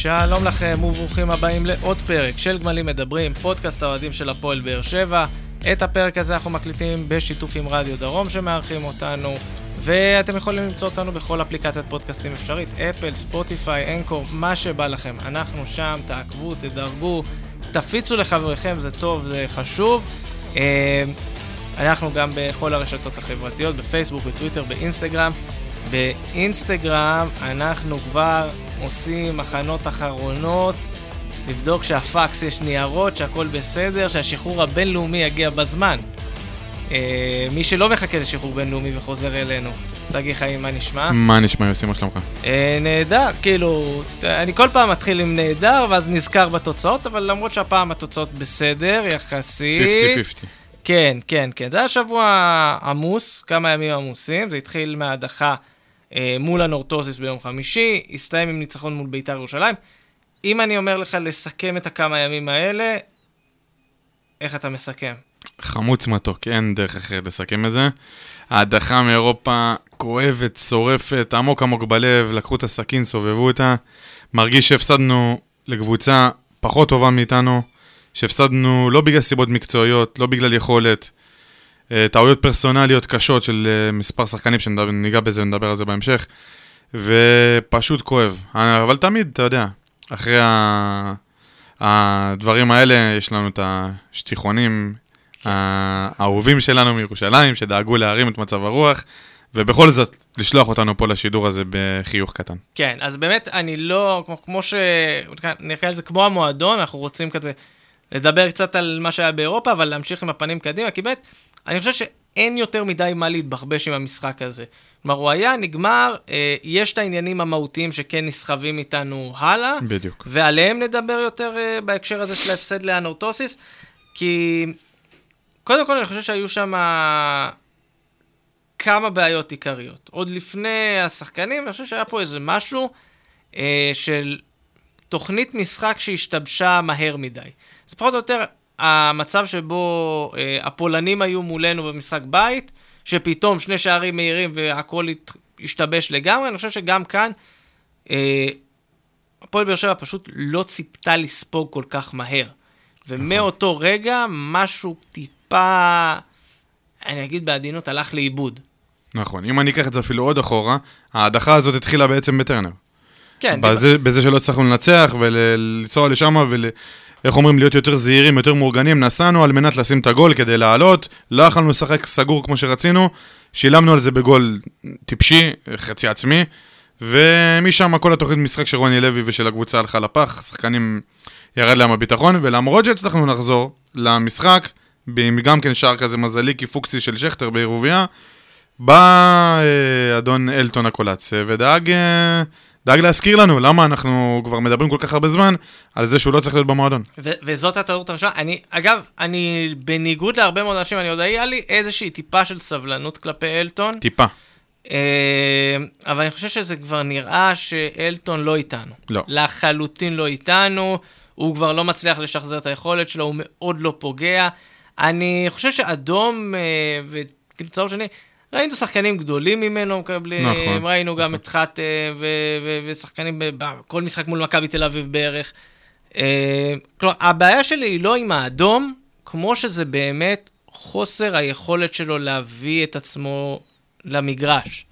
שלום לכם וברוכים הבאים לעוד פרק של גמלים מדברים, פודקאסט האוהדים של הפועל באר שבע. את הפרק הזה אנחנו מקליטים בשיתוף עם רדיו דרום שמארחים אותנו, ואתם יכולים למצוא אותנו בכל אפליקציית פודקאסטים אפשרית, אפל, ספוטיפיי, אנקור, מה שבא לכם. אנחנו שם, תעקבו, תדרגו, תפיצו לחבריכם, זה טוב, זה חשוב. אנחנו גם בכל הרשתות החברתיות, בפייסבוק, בטוויטר, באינסטגרם. באינסטגרם אנחנו כבר עושים הכנות אחרונות, לבדוק שהפקס יש ניירות, שהכל בסדר, שהשחרור הבינלאומי יגיע בזמן. מי שלא מחכה לשחרור בינלאומי וחוזר אלינו, סגי חיים, מה נשמע? מה נשמע, יוסי, מה שלומך? נהדר, כאילו, אני כל פעם מתחיל עם נהדר, ואז נזכר בתוצאות, אבל למרות שהפעם התוצאות בסדר, יחסית. 50-50. כן, כן, כן. זה היה שבוע עמוס, כמה ימים עמוסים, זה התחיל מההדחה מול הנורטוזיס ביום חמישי, הסתיים עם ניצחון מול בית"ר ירושלים. אם אני אומר לך לסכם את הכמה ימים האלה, איך אתה מסכם? חמוץ מתוק, אין דרך אחרת לסכם את זה. ההדחה מאירופה כואבת, שורפת, עמוק עמוק בלב, לקחו את הסכין, סובבו אותה. מרגיש שהפסדנו לקבוצה פחות טובה מאיתנו, שהפסדנו לא בגלל סיבות מקצועיות, לא בגלל יכולת, טעויות פרסונליות קשות של מספר שחקנים שניגע בזה ונדבר על זה בהמשך, ופשוט כואב. אבל תמיד, אתה יודע, אחרי הדברים האלה יש לנו את השטיחונים האהובים שלנו מירושלים, שדאגו להרים את מצב הרוח, ובכל זאת לשלוח אותנו פה לשידור הזה בחיוך קטן. כן, אז באמת אני לא, כמו נראה על זה כמו המועדון, אנחנו רוצים כזה לדבר קצת על מה שהיה באירופה, אבל להמשיך עם הפנים קדימה, כי באמת, אני חושב שאין יותר מדי מה להתבחבש עם המשחק הזה. כלומר, הוא היה נגמר, יש את העניינים המהותיים שכן נסחבים איתנו הלאה, בדיוק. ועליהם נדבר יותר בהקשר הזה של ההפסד לאנורטוסיס, כי קודם כל אני חושב שהיו שם כמה בעיות עיקריות. עוד לפני השחקנים, אני חושב שהיה פה איזה משהו של תוכנית משחק שהשתבשה מהר מדי. זה פחות או יותר המצב שבו הפולנים היו מולנו במשחק בית, שפתאום שני שערים מהירים והכל השתבש לגמרי. אני חושב שגם כאן הפועל באר שבע פשוט לא ציפתה לספוג כל כך מהר. ומאותו רגע משהו טיפה, אני אגיד בעדינות, הלך לאיבוד. נכון, אם אני אקח את זה אפילו עוד אחורה, ההדחה הזאת התחילה בעצם בטרנר. כן. בזה שלא הצלחנו לנצח ולצוע לשם איך אומרים, להיות יותר זהירים, יותר מאורגנים, נסענו על מנת לשים את הגול כדי לעלות, לא יכולנו לשחק סגור כמו שרצינו, שילמנו על זה בגול טיפשי, חצי עצמי, ומשם כל התוכנית משחק של רוני לוי ושל הקבוצה הלכה לפח, שחקנים ירד להם הביטחון, ולמרות שהצלחנו לחזור למשחק, גם כן שער כזה מזלי כפוקסי של שכטר בעירוביה, בא אדון אלטון הקולציה ודאג להזכיר לנו למה אנחנו כבר מדברים כל כך הרבה זמן על זה שהוא לא צריך להיות במועדון. וזאת הטעות הראשונה. אגב, אני בניגוד להרבה מאוד אנשים, אני יודע, היה לי איזושהי טיפה של סבלנות כלפי אלטון. טיפה. אבל אני חושב שזה כבר נראה שאלטון לא איתנו. לא. לחלוטין לא איתנו, הוא כבר לא מצליח לשחזר את היכולת שלו, הוא מאוד לא פוגע. אני חושב שאדום וצהוב שני, ראינו שחקנים גדולים ממנו, נכון, ראינו גם את חת ושחקנים בכל משחק מול מכבי תל אביב בערך. כלומר, הבעיה שלי היא לא עם האדום, כמו שזה באמת חוסר היכולת שלו להביא את עצמו למגרש.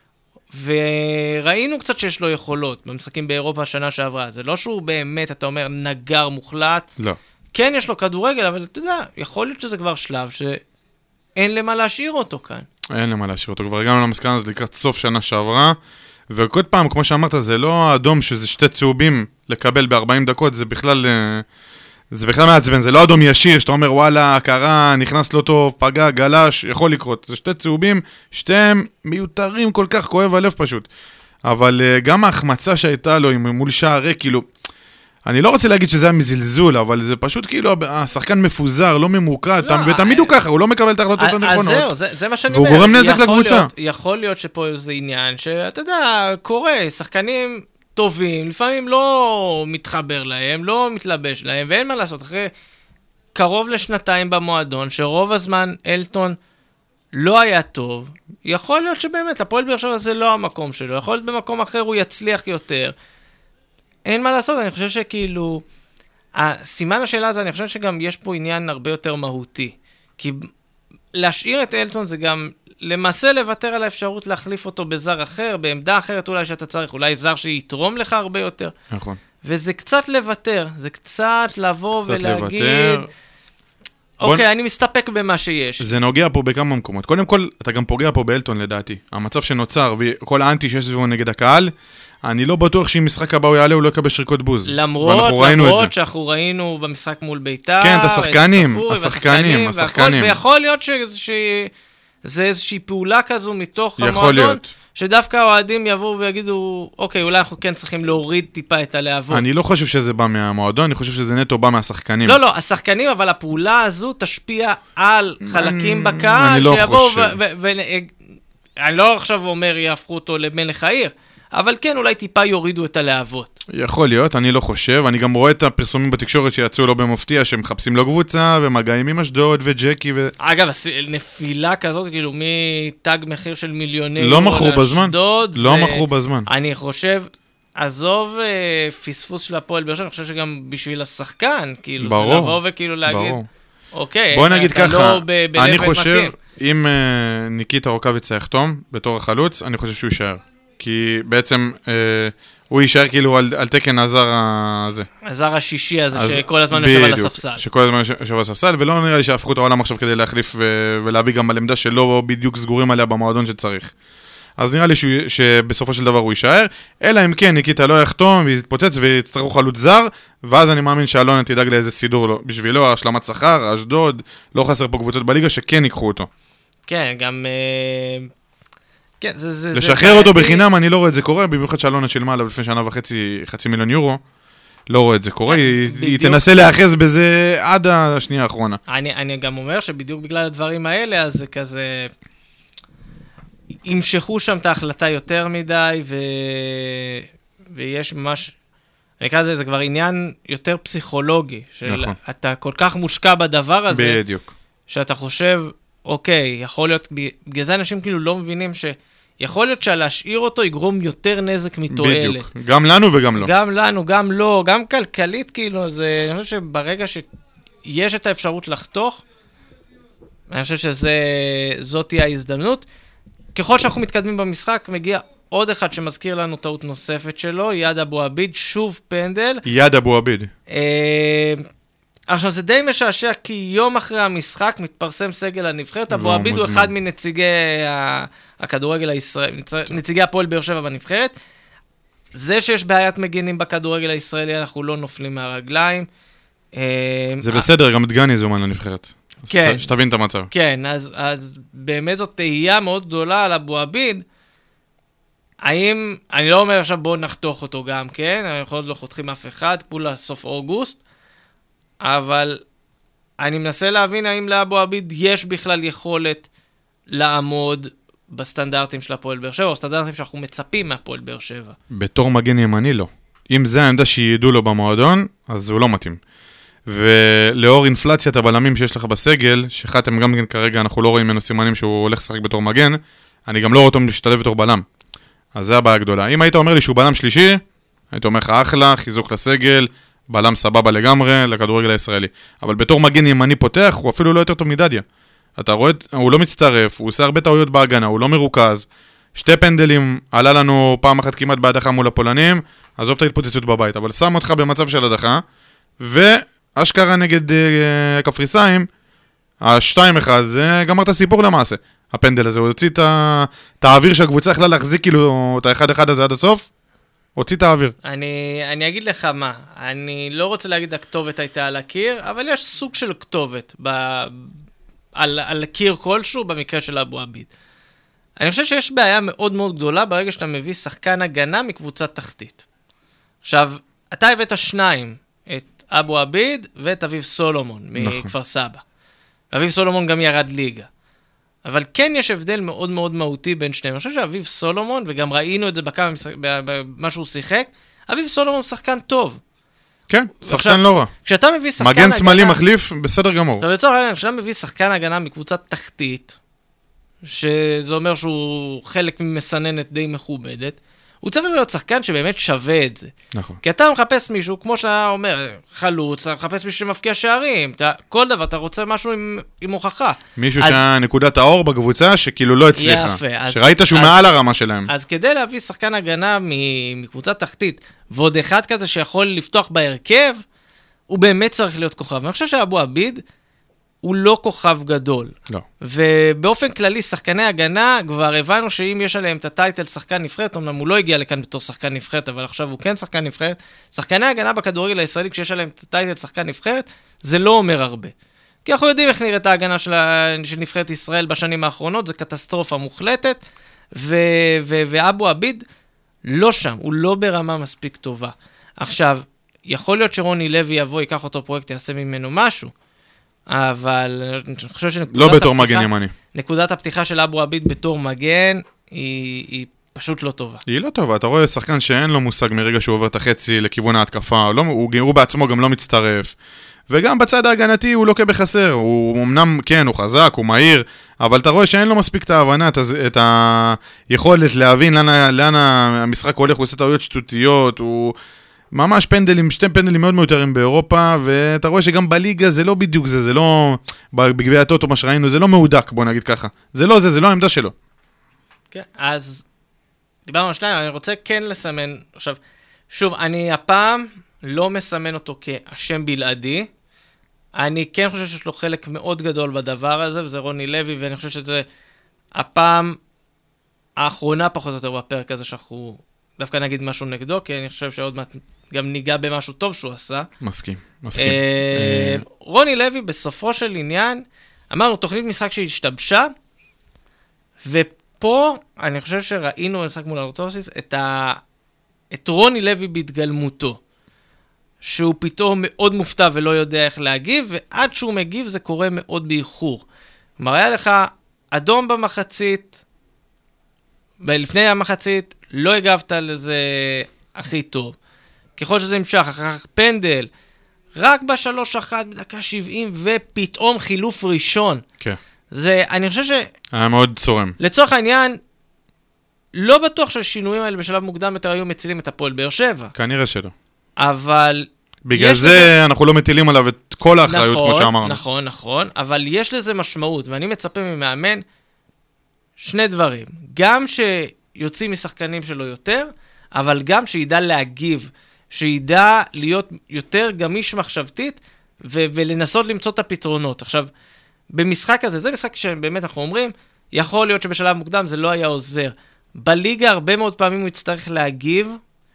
וראינו קצת שיש לו יכולות במשחקים באירופה השנה שעברה. זה לא שהוא באמת, אתה אומר, נגר מוחלט. לא. כן, יש לו כדורגל, אבל אתה יודע, יכול להיות שזה כבר שלב שאין למה להשאיר אותו כאן. אין למה להשאיר אותו, כבר הגענו למסקנה הזאת לקראת סוף שנה שעברה, וכל פעם, כמו שאמרת, זה לא האדום שזה שתי צהובים לקבל ב-40 דקות, זה בכלל מעצבן, זה לא אדום ישיר, שאתה אומר, וואלה, קרה, נכנס לא טוב, פגע, גלש, יכול לקרות, זה שתי צהובים, שתיהם מיותרים כל כך, כואב הלב פשוט, אבל גם ההחמצה שהייתה לו מול שער ריק, כאילו, אני לא רוצה להגיד שזה היה מזלזול, אבל זה פשוט כאילו, השחקן מפוזר, לא ממוקד, ותמיד הוא ככה, הוא לא מקבל את ההחלטות הנכונות. אז זהו, זה מה שאני אומר. והוא גורם נזק לקבוצה. יכול להיות שפה זה עניין, שאתה יודע, קורה, שחקנים טובים, לפעמים לא מתחבר להם, לא מתלבש להם, ואין מה לעשות, אחרי קרוב לשנתיים במועדון, שרוב הזמן אלטון לא היה טוב, יכול להיות שבאמת, הפועל באר שבע זה לא המקום שלו, יכול להיות במקום אחר הוא יצליח יותר. אין מה לעשות, אני חושב שכאילו, הסימן השאלה הזה, אני חושב שגם יש פה עניין הרבה יותר מהותי. כי להשאיר את אלטון זה גם למעשה לוותר על האפשרות להחליף אותו בזר אחר, בעמדה אחרת אולי שאתה צריך, אולי זר שיתרום לך הרבה יותר. נכון. וזה קצת לוותר, זה קצת לבוא קצת ולהגיד, לוותר. אוקיי, אני מסתפק במה שיש. זה נוגע פה בכמה מקומות. קודם כל, אתה גם פוגע פה באלטון לדעתי. המצב שנוצר, וכל האנטי שיש סביבו נגד הקהל, אני לא בטוח שאם משחק הבא הוא יעלה, הוא לא יקבל שריקות בוז. למרות שאנחנו ראינו במשחק מול ביתר, כן, את השחקנים. ויכול להיות שזה איזושהי פעולה כזו מתוך יכול המועדון, להיות. שדווקא האוהדים יבואו ויגידו, אוקיי, אולי אנחנו כן צריכים להוריד טיפה את הלהבות. אני לא חושב שזה בא מהמועדון, אני חושב שזה נטו בא מהשחקנים. לא, השחקנים, אבל הפעולה הזו תשפיע על חלקים בקהל, אני לא חושב. אני לא עכשיו אומר, יהפכו אותו למלך העיר, אבל כן, אולי טיפה יורידו את הלהבות. יכול להיות, אני לא חושב. אני גם רואה את הפרסומים בתקשורת שיצאו לו במופתיע, שמחפשים לו קבוצה, ומגעים עם אשדוד וג'קי אגב, נפילה כזאת, כאילו, מתג מחיר של מיליוני לא מכרו בזמן. אשדוד, לא מכרו בזמן. אני חושב, עזוב פספוס של הפועל באר שבע, אני חושב שגם בשביל השחקן, כאילו, ברור, זה לבוא וכאילו להגיד, אוקיי, בוא נגיד ככה, לא אני חושב, אם ניקיטה רוקאביצה יחתום בתור החלוץ, אני חושב שהוא יישאר. כי בעצם הוא יישאר כאילו על תקן הזר הזה. הזר השישי הזה שכל הזמן יושב על הספסל. שכל הזמן יושב על הספסל, ולא נראה לי שהפכו את העולם עכשיו כדי להחליף ולהביא גם על עמדה שלא בדיוק סגורים עליה במועדון שצריך. אז נראה לי שבסופו של דבר הוא יישאר, אלא אם כן ניקיטה לא יחתום ויתפוצץ ויצטרכו חלוץ זר, ואז אני מאמין שאלונה תדאג לאיזה סידור בשבילו, השלמת שכר, אשדוד, לא חסר פה קבוצות בליגה שכן ייקחו אותו. כן, גם כן, לשחרר אותו בחינם, אני לא רואה את זה קורה, במיוחד שאלונה שילמה עליו לפני שנה וחצי, $500,000, לא רואה את זה קורה, היא תנסה להאחז בזה עד השנייה האחרונה. אני גם אומר שבדיוק בגלל הדברים האלה, אז זה כזה, ימשכו שם את ההחלטה יותר מדי, ויש ממש, אני אקרא לזה, זה כבר עניין יותר פסיכולוגי, אתה כל כך מושקע בדבר הזה, בדיוק. שאתה חושב, אוקיי, יכול להיות, בגלל זה אנשים כאילו לא מבינים שיכול להיות שלהשאיר אותו יגרום יותר נזק מתועלת. בדיוק, גם לנו וגם לא. גם לנו, גם לא, גם כלכלית כאילו, זה, אני חושב שברגע שיש את האפשרות לחתוך, אני חושב שזאת תהיה ההזדמנות. ככל שאנחנו מתקדמים במשחק, מגיע עוד אחד שמזכיר לנו טעות נוספת שלו, יד אבו עביד, שוב פנדל. יד אבו עביד. עכשיו, זה די משעשע, כי יום אחרי המשחק מתפרסם סגל הנבחרת, אבו עביד הוא אחד מנציגי הכדורגל הישראלי, נציגי הפועל באר שבע בנבחרת. זה שיש בעיית מגינים בכדורגל הישראלי, אנחנו לא נופלים מהרגליים. זה בסדר, גם דגני זומן לנבחרת. כן. שתבין את המצב. כן, אז באמת זאת תהייה מאוד גדולה על אבו עביד. האם, אני לא אומר עכשיו בואו נחתוך אותו גם, כן? אנחנו עוד לא חותכים אף אחד, כולה סוף אוגוסט. אבל אני מנסה להבין האם לאבו עביד יש בכלל יכולת לעמוד בסטנדרטים של הפועל באר שבע, או סטנדרטים שאנחנו מצפים מהפועל באר שבע. בתור מגן ימני לא. אם זה העמדה שידעו לו במועדון, אז הוא לא מתאים. ולאור אינפלציית הבלמים שיש לך בסגל, שחתם גם כרגע אנחנו לא רואים ממנו סימנים שהוא הולך לשחק בתור מגן, אני גם לא רואה אותו להשתלב בתור בלם. אז זה הבעיה הגדולה. אם היית אומר לי שהוא בלם שלישי, היית אומר לך אחלה, חיזוק לסגל, בלם סבבה לגמרי לכדורגל הישראלי. אבל בתור מגן ימני פותח, הוא אפילו לא יותר טוב מדדיה. אתה רואה, הוא לא מצטרף, הוא עושה הרבה טעויות בהגנה, הוא לא מרוכז. 2 פנדלים, עלה לנו פעם אחת כמעט בהדחה מול הפולנים, עזוב את ההתפוצצות בבית, אבל שם אותך במצב של הדחה, ואשכרה נגד קפריסאים, ה-2-1, זה גמר את הסיפור למעשה. הפנדל הזה, הוא הוציא את האוויר שהקבוצה יכלה להחזיק כאילו את ה-1-1 הזה עד הסוף, הוציא את האוויר. אני אגיד לך מה, אני לא רוצה להגיד הכתובת הייתה על הקיר, אבל יש סוג של כתובת על קיר כלשהו במקרה של אבו עביד. אני חושב שיש בעיה מאוד מאוד גדולה ברגע שאתה מביא שחקן הגנה מקבוצת תחתית. עכשיו, אתה הבאת 2, את אבו עביד ואת אביב סולומון מכפר סבא. אביב סולומון גם ירד ליגה. אבל כן יש הבדל מאוד מאוד מהותי בין שניהם. אני חושב שאביב סולומון, וגם ראינו את זה במה שהוא שיחק, אביב סולומון שחקן טוב. כן, שחקן לא רע. כשאתה מביא שחקן הגנה... מגן שמאלי מחליף, בסדר גמור. עכשיו, לצורך העניין, כשאתה מביא שחקן הגנה מקבוצת תחתית, שזה אומר שהוא חלק ממסננת די מכובדת, הוא צריך להיות שחקן שבאמת שווה את זה. נכון. כי אתה מחפש מישהו, כמו שאתה אומר, חלוץ, אתה מחפש מישהו שמפקיע שערים, כל דבר, אתה רוצה משהו עם הוכחה. מישהו שהנקודת האור בקבוצה, שכאילו לא הצליחה. יפה. שראית שהוא מעל הרמה שלהם. אז כדי להביא שחקן הגנה מקבוצת תחתית, ועוד אחד כזה שיכול לפתוח בהרכב, הוא באמת צריך להיות כוכב. אני חושב שאבו עביד הוא לא כוכב גדול. לא. ובאופן כללי, שחקני הגנה, כבר הבנו שאם יש עליהם את הטייטל שחקן נבחרת, אמנם הוא לא הגיע לכאן בתור שחקן נבחרת, אבל עכשיו הוא כן שחקן נבחרת, שחקני הגנה בכדורגל הישראלי, כשיש עליהם את הטייטל שחקן נבחרת, זה לא אומר הרבה. כי אנחנו יודעים איך נראית ההגנה של נבחרת ישראל בשנים האחרונות, זה קטסטרופה מוחלטת, ואבו עביד לא שם, הוא לא ברמה מספיק טובה. עכשיו, יכול להיות שרוני לוי יבוא, ייקח אותו פרויקט, יעשה ממנו משהו, אבל אני חושב שנקודת לא בתור מגן ימני. נקודת הפתיחה של אבו עביד בתור מגן היא פשוט לא טובה. היא לא טובה, אתה רואה שחקן שאין לו מושג מרגע שהוא עובר את החצי לכיוון ההתקפה, הוא בעצמו גם לא מצטרף, וגם בצד ההגנתי הוא לוקה בחסר, הוא אמנם, כן, הוא חזק, הוא מהיר, אבל אתה רואה שאין לו מספיק את ההבנה, את היכולת להבין לאן המשחק הולך, הוא עושה טעויות שטותיות, הוא ממש פנדלים, שתי פנדלים מאוד מיותרים באירופה, ואתה רואה שגם בליגה זה לא בדיוק זה לא, בגביע הטוטו מה שראינו, זה לא מהודק, בוא נגיד ככה. זה לא העמדה שלו. כן, אז דיברנו על שניים, אני רוצה כן לסמן, עכשיו, שוב, אני הפעם לא מסמן אותו כאשם בלעדי, אני כן חושב שיש לו חלק מאוד גדול בדבר הזה, וזה רוני לוי, ואני חושב שזה הפעם האחרונה פחות או יותר בפרק הזה, שאנחנו דווקא נגיד משהו נגדו, כי אני חושב שעוד מעט גם ניגע במשהו טוב שהוא עשה. מסכים. רוני לוי בסופו של עניין, אמרנו, תוכנית משחק שהשתבשה, ופה אני חושב שראינו במשחק מול אורתוסיס את רוני לוי בהתגלמותו, שהוא פתאום מאוד מופתע ולא יודע איך להגיב, ועד שהוא מגיב זה קורה מאוד באיחור. כלומר, היה לך אדום במחצית, ולפני המחצית לא הגבת לזה הכי טוב. ככל שזה המשך, אחר כך פנדל, רק ב3-1 בדקה 70, ופתאום חילוף ראשון. כן. זה, אני חושב היה מאוד צורם. לצורך העניין, לא בטוח שהשינויים האלה בשלב מוקדם יותר היו מצילים את הפועל באר שבע. כנראה שלא. אבל בגלל זה אנחנו לא מטילים עליו את כל האחריות, כמו שאמרנו. נכון, אבל יש לזה משמעות, ואני מצפה ממאמן שני דברים. גם שיוצאים משחקנים שלו יותר, אבל גם שידע להגיב, שידע להיות יותר גמיש מחשבתית, ולנסות למצוא את הפתרונות. עכשיו, במשחק הזה, זה משחק שבאמת אנחנו אומרים, יכול להיות שבשלב מוקדם זה לא היה עוזר. בליגה הרבה מאוד פעמים הוא יצטרך להגיב,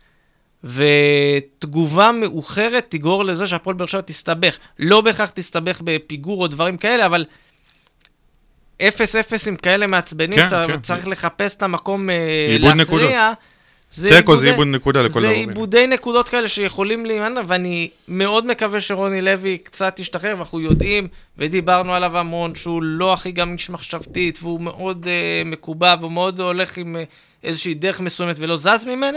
ותגובה מאוחרת תגרור לזה שהפועל באר שבע תסתבך. לא בהכרח תסתבך בפיגור או דברים כאלה, אבל 0-0 עם כאלה מעצבנים, שאתה צריך לחפש את המקום להכריע. תיקו זה איבוד נקודה לכל זה הרבים. איבודי נקודות כאלה שיכולים להימנע, ואני מאוד מקווה שרוני לוי קצת ישתחרר, ואנחנו יודעים, ודיברנו עליו המון, שהוא לא הכי גמיש מחשבתית, והוא מאוד מקובע, והוא מאוד הולך עם איזושהי דרך מסוימת ולא זז ממנה.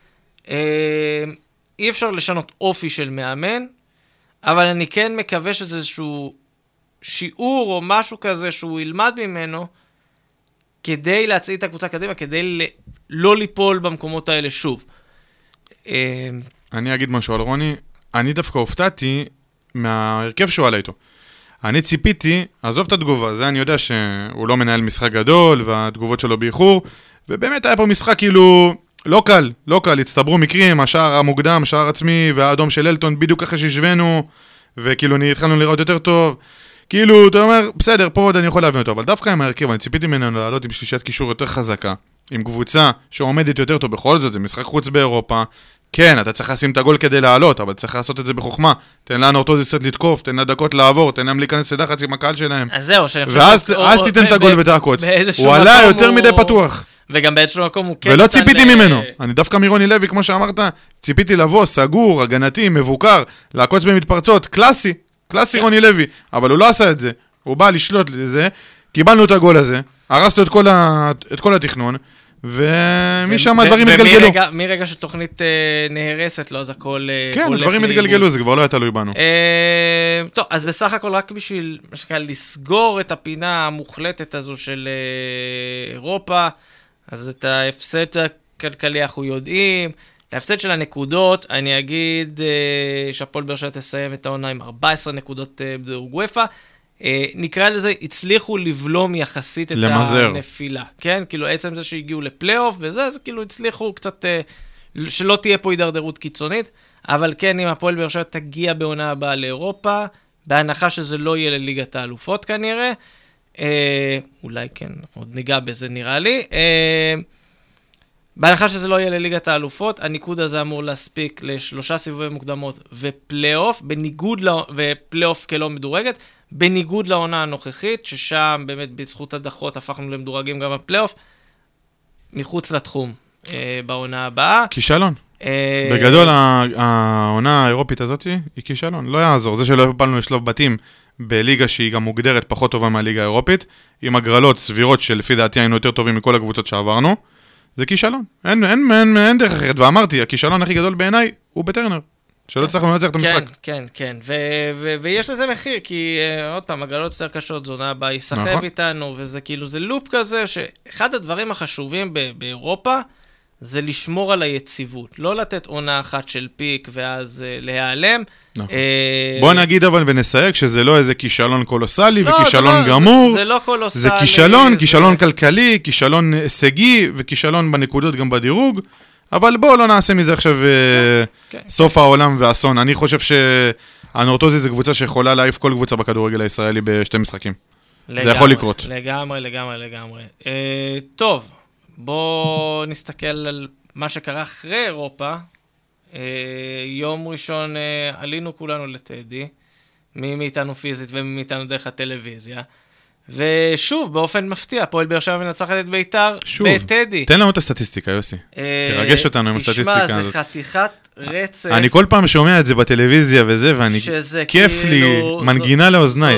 אי אפשר לשנות אופי של מאמן, אבל אני כן מקווה שזה איזשהו שיעור או משהו כזה שהוא ילמד ממנו, כדי להצעיד את הקבוצה קדימה, כדי לא ליפול במקומות האלה שוב. אני אגיד משהו על רוני, אני דווקא הופתעתי מההרכב שהוא עלה איתו. אני ציפיתי, עזוב את התגובה, זה אני יודע שהוא לא מנהל משחק גדול, והתגובות שלו באיחור, ובאמת היה פה משחק כאילו לא קל, הצטברו מקרים, השער המוקדם, השער עצמי, והאדום של אלטון, בדיוק אחרי שהשווינו, וכאילו התחלנו לראות יותר טוב, כאילו, אתה אומר, בסדר, פה עוד אני יכול להבין אותו, אבל דווקא עם ההרכב, אני ציפיתי ממנו לעלות עם שלישת קישור יותר חזקה, עם קבוצה שעומדת יותר טוב, בכל זאת, זה משחק חוץ באירופה, כן, אתה צריך לשים את הגול כדי לעלות, אבל צריך לעשות את זה בחוכמה, תן לנו אורתוזיס קצת לתקוף, תן לה דקות לעבור, תן להם להיכנס לדחץ עם הקהל שלהם, אז זהו, ואז תיתן את הגול ותעקוץ, הוא עלה יותר מדי פתוח. וגם באיזשהו מקום הוא כן... ולא ציפיתי ממנו, אני דווקא מרוני לוי, כמו שאמרת, ציפיתי לבוא, סגור, הגנתי, מבוקר, לעקוץ במתפרצות, קלאסי רוני לוי, אבל הוא לא עשה את זה, הוא בא לשלוט לזה, קיבלנו את הגול הזה, הרסנו את כל התכנון, ומשם הדברים התגלגלו. מרגע שתוכנית נהרסת לו, אז הכל... כן, הדברים התגלגלו, זה כבר לא היה תלוי בנו. טוב, אז בסך הכל רק בשביל לסגור את הפינה המוחלטת הזו של אירופה, אז את ההפסד כלכלי אנחנו יודעים, את ההפסד של הנקודות, אני אגיד שהפועל באר שבע תסיים את העונה עם 14 נקודות בדירוג וופא, נקרא לזה, הצליחו לבלום יחסית את הנפילה, כן? כאילו עצם זה שהגיעו לפלייאוף וזה, אז כאילו הצליחו קצת, שלא תהיה פה הידרדרות קיצונית, אבל כן, אם הפועל באר שבע תגיע בעונה הבאה לאירופה, בהנחה שזה לא יהיה לליגת האלופות כנראה, אולי כן, עוד ניגע בזה נראה לי, בהנחה שזה לא יהיה לליגת האלופות, הניקוד הזה אמור להספיק ל3 סיבובי מוקדמות ופלייאוף, ופלייאוף כלא מדורגת, בניגוד לעונה הנוכחית, ששם באמת בזכות הדחות הפכנו למדורגים גם בפלייאוף, מחוץ לתחום בעונה הבאה. כישלון. בגדול העונה האירופית הזאת היא כישלון, לא יעזור. זה שלא הפלנו לשלב בתים בליגה שהיא גם מוגדרת פחות טובה מהליגה האירופית, עם הגרלות סבירות שלפי דעתי היינו יותר טובים מכל הקבוצות שעברנו, זה כישלון. אין דרך אחרת. ואמרתי, הכישלון הכי גדול בעיניי הוא בטרנר. שלא צריכים לנצח את המשחק. כן. ויש לזה מחיר, כי עוד פעם, הגרלות יותר קשות, זונה הבאה יסחב איתנו, וזה כאילו, זה לופ כזה, שאחד הדברים החשובים באירופה, זה לשמור על היציבות. לא לתת עונה אחת של פיק, ואז להיעלם. בוא נגיד אבל ונסייג, שזה לא איזה כישלון קולוסלי, וכישלון גמור. זה לא קולוסלי. זה כישלון כלכלי, כישלון הישגי, וכישלון בנקודות גם בדירוג. אבל בואו לא נעשה מזה עכשיו סוף העולם והאסון. אני חושב שהנורטוזי זה קבוצה שיכולה להעיף כל קבוצה בכדורגל הישראלי בשתי משחקים. זה יכול לקרות. לגמרי. טוב, בואו נסתכל על מה שקרה אחרי אירופה. יום ראשון עלינו כולנו לטדי, מי מאיתנו פיזית ומי מאיתנו דרך הטלוויזיה. ושוב, באופן מפתיע, הפועל באר שבע מנצחת את ביתר בטדי. תן לנו את הסטטיסטיקה, יוסי. תרגש אותנו עם הסטטיסטיקה הזאת. תשמע, זה חתיכת רצף. אני כל פעם שומע את זה בטלוויזיה וזה, ואני כיף לי, מנגינה לאוזניי.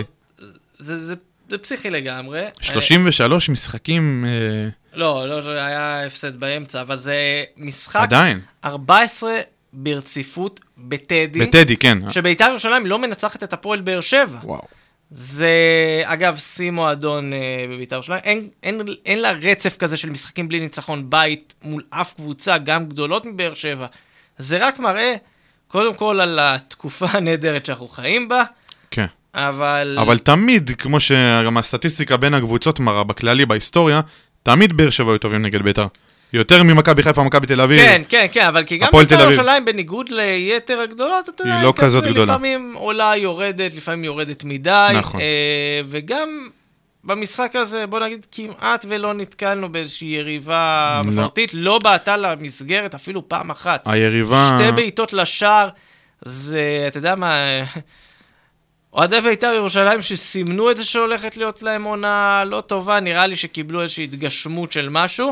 זה פסיכי לגמרי. 33 משחקים... לא, היה הפסד באמצע, אבל זה משחק... עדיין. 14 ברציפות בטדי. בטדי, כן. שביתר ירושלים לא מנצחת את הפועל באר שבע. וואו. זה, אגב, שימו אדון בביתר ירושלים. אין לה רצף כזה של משחקים בלי ניצחון בית מול אף קבוצה, גם גדולות מבאר שבע. זה רק מראה, קודם כל, על התקופה הנהדרת שאנחנו חיים בה. כן. אבל תמיד, כמו שגם הסטטיסטיקה בין הקבוצות מראה בכללי, בהיסטוריה, תמיד באר שבע היו טובים נגד ביתר. יותר ממכבי חיפה, מכבי תל אביב. כן, אבל כי גם ביתר ירושלים בניגוד ליתר הגדולות, אתה יודע, היא לא כזאת גדולה. לפעמים עולה יורדת, לפעמים יורדת מדי. נכון. וגם במשחק הזה, בוא נגיד, כמעט ולא נתקלנו באיזושהי יריבה משמעותית, לא בעטה למסגרת אפילו פעם אחת. היריבה... שתי בעיטות לשער, זה, אתה יודע מה... אוהדי ביתר ירושלים שסימנו את זה שהולכת להיות להם עונה לא טובה, נראה לי שקיבלו איזושהי התגשמות של משהו.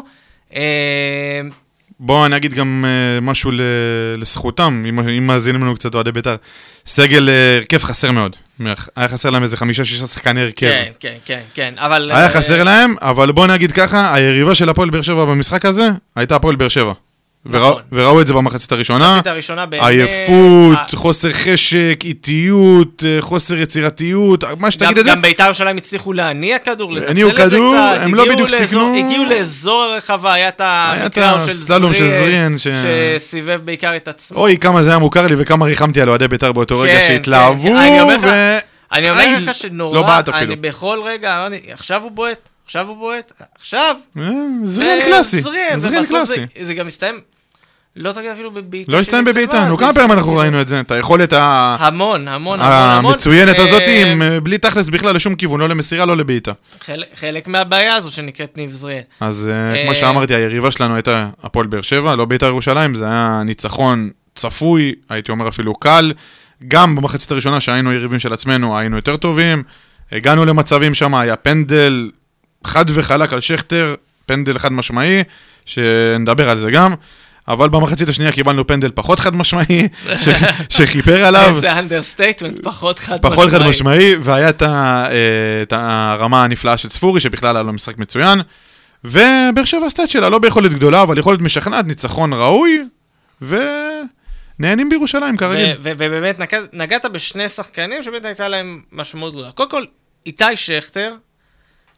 בואו אני אגיד גם משהו לזכותם, אם מאזינים לנו קצת אוהדי ביתר. סגל הרכב חסר מאוד. היה חסר להם איזה 5-6 שחקני הרכב. כן, אבל... היה חסר להם, אבל בואו נגיד ככה, היריבה של הפועל באר שבע במשחק הזה, הייתה הפועל באר שבע. וראו את זה במחצית הראשונה, עייפות, חוסר חשק, איטיות, חוסר יצירתיות, מה שתגיד את זה. גם ביתר ירושלים הצליחו להניע כדור, הניעו כדור, הם לא בדיוק סיכנו. הגיעו לאזור הרחבה, היה את המקרה של זריאן, שסיבב בעיקר את עצמו. אוי, כמה זה היה מוכר לי וכמה ריחמתי על אוהדי ביתר באותו רגע שהתלהבו, אני אומר לך שנורא, אני בכל רגע, עכשיו הוא בועט. עכשיו. זריאן קלאסי. זה גם מסתיים, לא תגיד אפילו בביתה. לא הסתיים בביתה, כמה פעמים אנחנו ראינו את זה, את היכולת המון. המצוינת הזאת, בלי תכלס בכלל לשום כיוון, לא למסירה, לא לביתה. חלק מהבעיה הזו שנקראת ניב זריאן. אז כמו שאמרתי, היריבה שלנו הייתה הפועל באר שבע, לא ביתר ירושלים, זה היה ניצחון צפוי, הייתי אומר אפילו קל, גם במחצית הראשונה שהיינו יריבים של עצמנו, היינו יותר טובים, הגענו למצבים שם, היה פנדל חד וחלק על שכתר, פנדל חד משמעי, שנדבר על זה גם, אבל במחצית השנייה קיבלנו פנדל פחות חד משמעי, שחיפר עליו. זה אנדרסטייטמנט, פחות חד משמעי. פחות חד משמעי, והיה את הרמה הנפלאה של ספורי, שבכלל היה לו משחק מצוין, ובאר שבע הסטאט שלה, לא ביכולת גדולה, אבל יכולת משכנעת, ניצחון ראוי, ונהנים בירושלים כרגיל. ובאמת נגעת בשני שחקנים, שבאמת הייתה להם משמעות גדולה. קודם כל, איתי שכתר,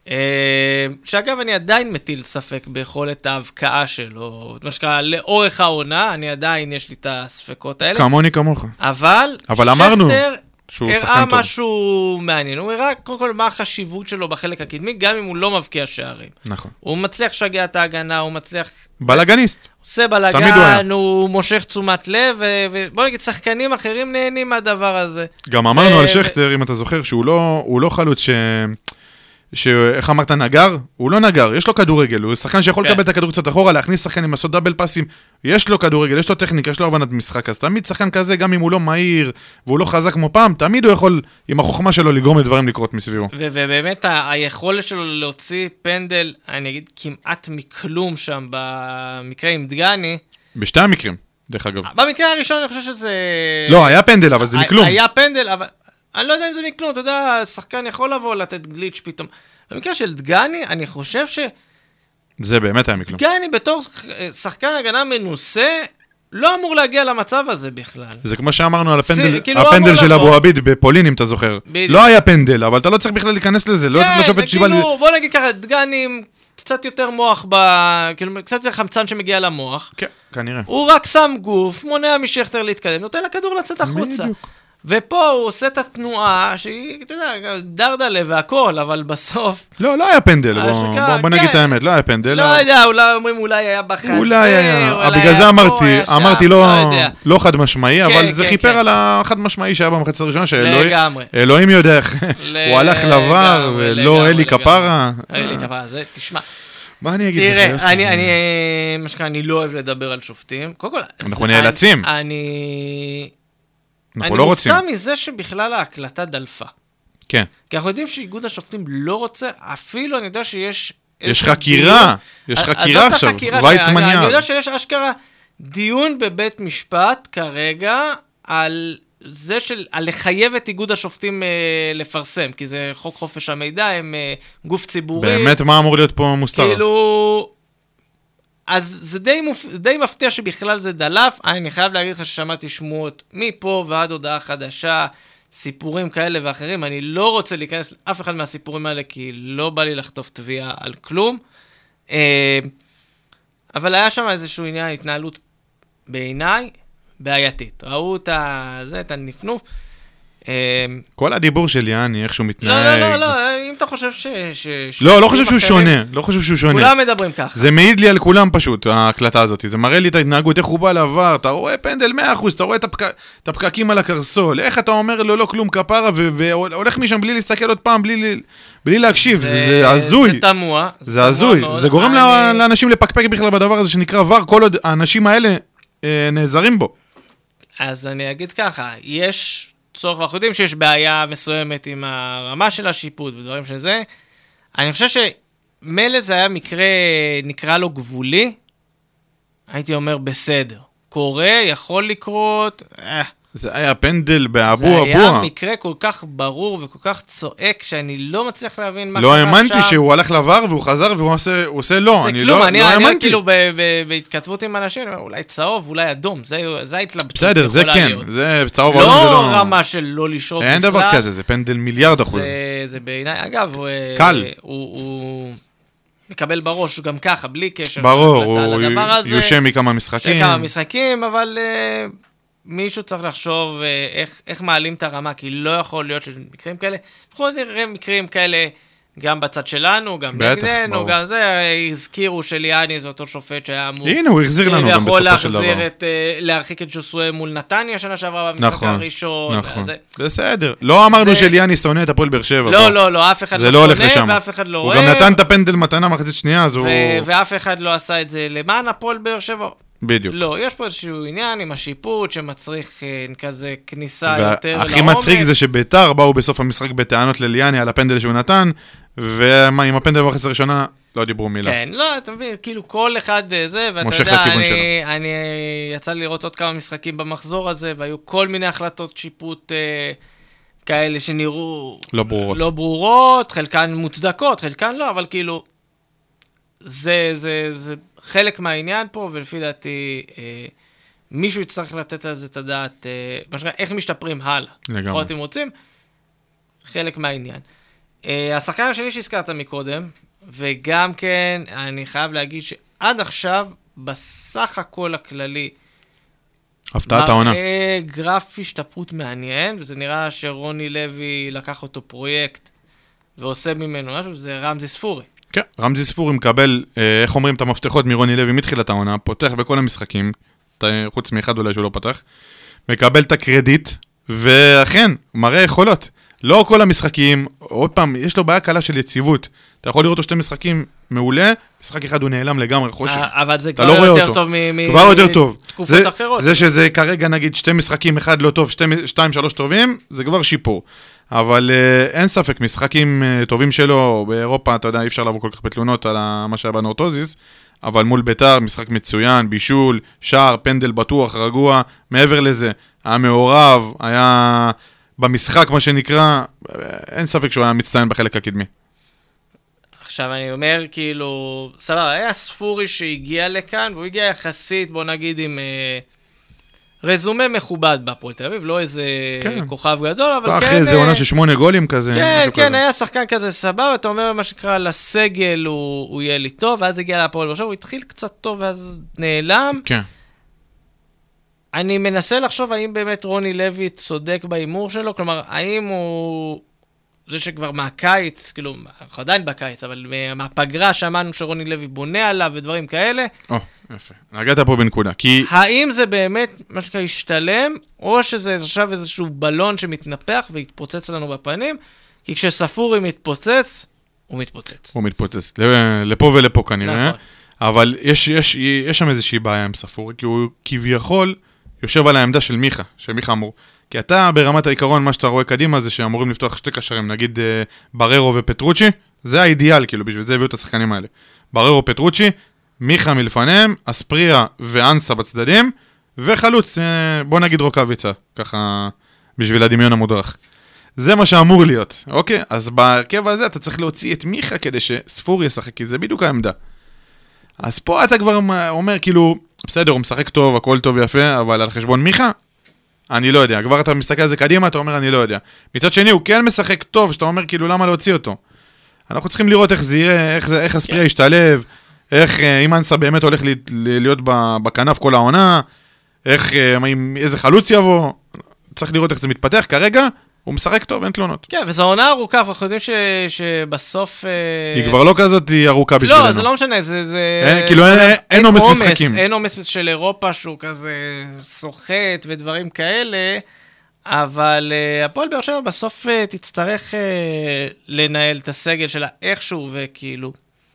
שאגב, אני עדיין מטיל ספק ביכולת ההבקעה שלו, מה שקרה לאורך העונה, אני עדיין יש לי את הספקות האלה. כמוני כמוך. אבל אמרנו שכטר שהוא הראה שחקן טוב. משהו מעניין, הוא הראה קודם כל מה החשיבות שלו בחלק הקדמי, גם אם הוא לא מבקיע שערים. נכון. הוא מצליח לשגע את ההגנה, הוא מצליח... בלגניסט. עושה תמיד הוא בלגן, הוא מושך תשומת לב, ובוא נגיד, שחקנים אחרים נהנים מהדבר הזה. גם אמרנו על שכטר, אם אתה זוכר, שהוא לא חלוץ איך אמרת, נגר? הוא לא נגר, יש לו כדורגל, הוא שחקן שיכול לקבל את הכדור קצת אחורה, להכניס שחקנים, לעשות דאבל פאסים, יש לו כדורגל, יש לו טכניקה, יש לו הבנת משחק, אז תמיד שחקן כזה, גם אם הוא לא מהיר, והוא לא חזק כמו פעם, תמיד הוא יכול, עם החוכמה שלו, לגרום לדברים לקרות מסביבו. ובאמת, היכולת שלו להוציא פנדל, אני אגיד, כמעט מכלום שם, במקרה עם דגני. בשתי המקרים, דרך אגב. במקרה הראשון, אני חושב שזה... לא, היה פנדל, אבל זה מכלום. היה פנדל, אבל... אני לא יודע אם זה מכלום, אתה יודע, שחקן יכול לבוא לתת גליץ' פתאום. במקרה של דגני, אני חושב זה באמת היה מכלום. דגני בתור שחקן הגנה מנוסה, לא אמור להגיע למצב הזה בכלל. זה כמו שאמרנו על כאילו הפנדל של אבו עביד בפולין, אם אתה זוכר. בדיוק. לא היה פנדל, אבל אתה לא צריך בכלל להיכנס לזה, לא כן, לשופט זה שיבל... כאילו, בוא נגיד ככה, דגני עם קצת יותר מוח, כאילו, קצת יותר חמצן שמגיע למוח. כן, כנראה. הוא רק שם גוף, מונע משכטר להתקדם, נותן לכדור לצאת החוצה. בדיוק. ופה הוא עושה את התנועה שהיא, אתה יודע, דרדלה והכל, אבל בסוף... לא היה פנדל, בוא נגיד את האמת, לא היה פנדל. לא יודע, אולי היה בחזה, אולי היה, בגלל זה אמרתי לא חד משמעי, אבל זה חיפר על החד משמעי שהיה במחצית הראשונה, שאלוהים יודע איך, הוא הלך לבר, ולא אלי כפרה. אלי כפרה, זה, תשמע. מה אני אגיד לך? תראה, אני לא אוהב לדבר על שופטים. אנחנו נאלצים. אני מופתע מזה שבכלל ההקלטה דלפה. כן. כי אנחנו יודעים שאיגוד השופטים לא רוצה, אפילו אני יודע שיש... יש חקירה, עכשיו, ויצמן יער. אני יודע שיש אשכרה דיון בבית משפט כרגע על זה על לחייב את איגוד השופטים לפרסם, כי זה חוק חופש המידע, הם גוף ציבורי. באמת מה אמור להיות פה מוסתר? כאילו... אז זה די מפתיע שבכלל זה דלף. אני חייב להגיד לך ששמעתי שמועות מפה ועד הודעה חדשה, סיפורים כאלה ואחרים. אני לא רוצה להיכנס לאף אחד מהסיפורים האלה, כי לא בא לי לכתוב תביעה על כלום. אבל היה שם איזשהו עניין, התנהלות בעיניי בעייתית. ראו את הנפנוף. כל הדיבור של יעני, איך שהוא מתנהג. לא, אם אתה חושב לא חושב שהוא שונה, לא חושב שהוא שונה. כולם מדברים ככה. זה מעיד לי על כולם פשוט, ההקלטה הזאת. זה מראה לי את ההתנהגות, איך הוא בא לעבר, אתה רואה פנדל 100%, אתה רואה את הפקקים על הקרסול, איך אתה אומר לו לא כלום כפרה, והולך משם בלי להסתכל עוד פעם, בלי להקשיב, זה הזוי. זה תמוה. זה הזוי, זה גורם לאנשים לפקפק בכלל בדבר הזה שנקרא ור, כל עוד האנשים האלה נעזרים בו. אז אני אגיד ככה, יש צורך, אנחנו יודעים שיש בעיה מסוימת עם הרמה של השיפוט ודברים שזה. אני חושב שמילא זה היה מקרה, נקרא לו גבולי, הייתי אומר בסדר. קורה, יכול לקרות, זה היה פנדל באבו זה אבו. היה מקרה כל כך ברור וכל כך צועק, שאני לא מצליח להבין מה לא האמנתי שהוא הלך לעבר והוא חזר והוא עושה לא. אני לא האמנתי. אני כאילו בהתכתבות עם אנשים, אולי צהוב, אולי אדום, זה ההתלבטות. בסדר, זה כן, זה צהוב אדום זה לא... לא רמה של לא לשעות בכלל. אין דבר כזה, זה פנדל 1,000,000,000%. זה בעיניי, אגב, קל. הוא מקבל בראש גם ככה, בלי קשר. ברור, הוא יושם מכמה משחקים. אבל... מישהו צריך לחשוב איך מעלים את הרמה, כי לא יכול להיות שמקרים כאלה, אנחנו נראה מקרים כאלה גם בצד שלנו, גם נגדנו, גם זה, הזכירו שליאני זה אותו שופט שהיה אמור... הנה, הוא החזיר לנו גם בסופו של דבר. להרחיק את ג'וסואל מול נתניה שנה שעברה במשחק הראשון. נכון, בסדר. לא אמרנו שליאני שונא את הפועל באר שבע. לא, אף אחד לא שונא ואף אחד לא אוהב. הוא גם נתן את הפנדל מתנה מחצית שנייה, אז הוא... ואף אחד לא עשה את זה למען הפועל באר שבע. בדיוק. לא, יש פה איזשהו עניין עם השיפוט שמצריך כזה כניסה יותר לעומק. והכי מצחיק זה שביתר באו בסוף המשחק בטענות לליאני על הפנדל שהוא נתן, ועם הפנדל בחצי הראשונה לא דיברו מילה. כן, לא, אתה מבין, כאילו כל אחד זה, ואתה יודע, אני יצא לי לראות עוד כמה משחקים במחזור הזה, והיו כל מיני החלטות שיפוט כאלה שנראו לא ברורות, חלקן מוצדקות, חלקן לא, אבל כאילו, זה חלק מהעניין פה, ולפי דעתי, מישהו יצטרך לתת על זה את הדעת, איך משתפרים הלאה. לגמרי. לפחות אם רוצים, חלק מהעניין. השחקן השני שהזכרת מקודם, וגם כן, אני חייב להגיד שעד עכשיו, בסך הכל הכללי, הפתעת העונה. גרף השתפרות מעניין, וזה נראה שרוני לוי לקח אותו פרויקט, ועושה ממנו משהו, זה רמזי ספורי. כן, רמזי ספורי מקבל, איך אומרים, את המפתחות מרוני לוי מתחילת העונה, פותח בכל המשחקים, חוץ מאחד אולי שהוא לא פתח, מקבל את הקרדיט, ואכן, מראה יכולות. לא כל המשחקים, עוד פעם, יש לו בעיה קלה של יציבות. אתה יכול לראות אותו 2 משחקים מעולה, משחק אחד הוא נעלם לגמרי חושך. אבל זה כבר יותר טוב מתקופות אחרות. זה שזה כרגע נגיד 2 משחקים, אחד לא טוב, 2-3 טובים, זה כבר שיפור. אבל אין ספק, משחקים טובים שלו באירופה, אתה יודע, אי אפשר לבוא כל כך בתלונות על מה שהיה בנורטוזיס, אבל מול ביתר, משחק מצוין, בישול, שער, פנדל בטוח, רגוע, מעבר לזה, היה מעורב, היה במשחק, מה שנקרא, אין ספק שהוא היה מצטיין בחלק הקדמי. עכשיו אני אומר, כאילו, סבבה, היה ספורי שהגיע לכאן, והוא הגיע יחסית, בוא נגיד, עם רזומה מכובד בהפועל תל אביב, לא איזה כוכב גדול, אבל כן... אחרי איזה עונה של 8 גולים כזה. כן, כן, היה שחקן כזה סבבה, אתה אומר, מה שקרה, לסגל הוא יהיה לי טוב, ואז הגיע להפועל עכשיו, הוא התחיל קצת טוב, ואז נעלם. כן. אני מנסה לחשוב האם באמת רוני לוי צודק באימור שלו, כלומר, האם הוא... זה שכבר מהקיץ, כאילו, אנחנו עדיין בקיץ, אבל מהפגרה שמענו שרוני לוי בונה עליו ודברים כאלה. יפה. נגעת פה בנקודה, כי... האם זה באמת, מה שנקרא, ישתלם, או שזה עכשיו איזשהו בלון שמתנפח ויתפוצץ לנו בפנים, כי כשספורי מתפוצץ, הוא מתפוצץ. הוא מתפוצץ, לפה ולפה כנראה. נכון. אבל יש שם איזושהי בעיה עם ספורי, כי הוא כביכול יושב על העמדה של מיכה, שמיכה אמור. כי אתה ברמת העיקרון, מה שאתה רואה קדימה זה שאמורים לפתוח 2 קשרים, נגיד בררו ופטרוצ'י, זה האידיאל, כאילו, בשביל זה הביאו את השחקנים האלה. בררו ופטרוצ'י, מיכה מלפניהם, אספריה ואנסה בצדדים, וחלוץ, בוא נגיד רוקאביצה, ככה, בשביל הדמיון המודרך. זה מה שאמור להיות, אוקיי? אז בקבע הזה אתה צריך להוציא את מיכה כדי שספורי ישחק, כי זה בדיוק העמדה. אז פה אתה כבר אומר, כאילו, בסדר, הוא משחק טוב, הכל טוב ויפה, אבל על חשבון מיכה, אני לא יודע. כבר אתה מסתכל על זה קדימה, אתה אומר, אני לא יודע. מצד שני, הוא כן משחק טוב, שאתה אומר, כאילו, למה להוציא אותו? אנחנו צריכים לראות איך זה יראה, איך הספריה ישתלב, איך, אם אנסה באמת הולך להיות בכנף כל העונה, איזה חלוץ יבוא, צריך לראות איך זה מתפתח. כרגע, הוא משחק טוב, אין תלונות. כן, וזו עונה ארוכה, אנחנו יודעים שבסוף... היא כבר לא כזאת, היא ארוכה בשבילנו. לא, זה לא משנה, כאילו, אין עומס משחקים. אין עומס של אירופה שהוא כזה סוחט ודברים כאלה, אבל הפועל באר שבע בסוף תצטרך לנהל את הסגל שלה איכשהו, וכאילו...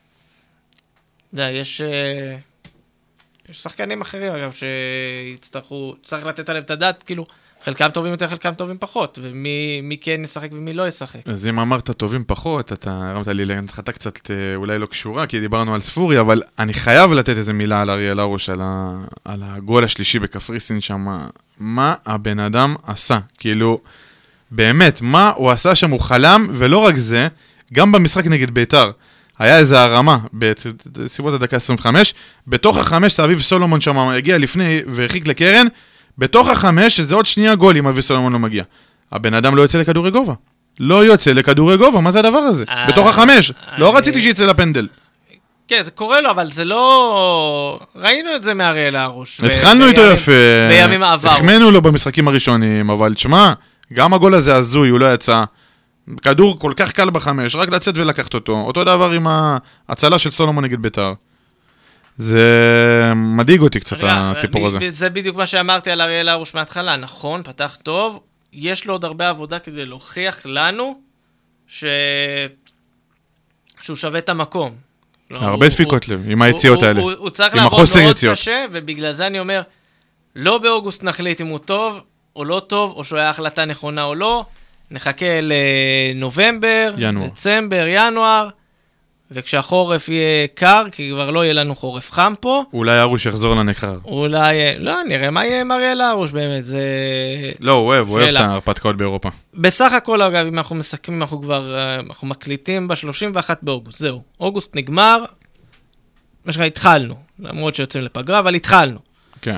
יש שחקנים אחרים, אגב, שיצטרכו... צריך לתת עליהם את הדעת, כאילו... חלקם טובים יותר, חלקם טובים פחות, ומי כן ישחק ומי לא ישחק. אז אם אמרת טובים פחות, אתה הרמת לי להנחתה קצת אולי לא קשורה, כי דיברנו על ספורי, אבל אני חייב לתת איזה מילה על אריאל הרוש, על הגול השלישי בקפריסין שם, מה הבן אדם עשה, כאילו, באמת, מה הוא עשה שם, הוא חלם, ולא רק זה, גם במשחק נגד ביתר, היה איזו הרמה, בסביבות הדקה 25, בתוך החמש, אביב סולומון שם הגיע לפני והרחיק לקרן, בתוך החמש, שזה עוד שנייה גול אם אבי סולומון לא מגיע. הבן אדם לא יוצא לכדורי גובה. לא יוצא לכדורי גובה, מה זה הדבר הזה? בתוך החמש. לא רציתי שיצא לפנדל. כן, זה קורה לו, אבל זה לא... ראינו את זה מאריאל הרוש. התחלנו איתו יפה. בימים העבר. החמנו לו במשחקים הראשונים, אבל תשמע, גם הגול הזה הזוי, הוא לא יצא. כדור כל כך קל בחמש, רק לצאת ולקחת אותו. אותו דבר עם ההצלה של סולומון נגד ביתר. זה מדאיג אותי קצת הסיפור הזה. זה בדיוק מה שאמרתי על אריאל הרוש מההתחלה, נכון, פתח טוב, יש לו עוד הרבה עבודה כדי להוכיח לנו שהוא שווה את המקום. הרבה דפיקות לב, עם היציאות האלה. הוא צריך לעבוד מאוד קשה, ובגלל זה אני אומר, לא באוגוסט נחליט אם הוא טוב או לא טוב, או שהוא היה החלטה נכונה או לא, נחכה לנובמבר, דצמבר, ינואר, וכשהחורף יהיה קר, כי כבר לא יהיה לנו חורף חם פה. אולי הרוש יחזור לנקר. אולי, לא, נראה מה יהיה עם אריאל הרוש באמת, זה... לא, הוא אוהב את ההרפתקאות באירופה. בסך הכל, אגב, אם אנחנו מסכמים, אנחנו מקליטים ב-31 באוגוסט, זהו. אוגוסט נגמר, מה שקרה, התחלנו, למרות שיוצאים לפגרה, אבל התחלנו. כן.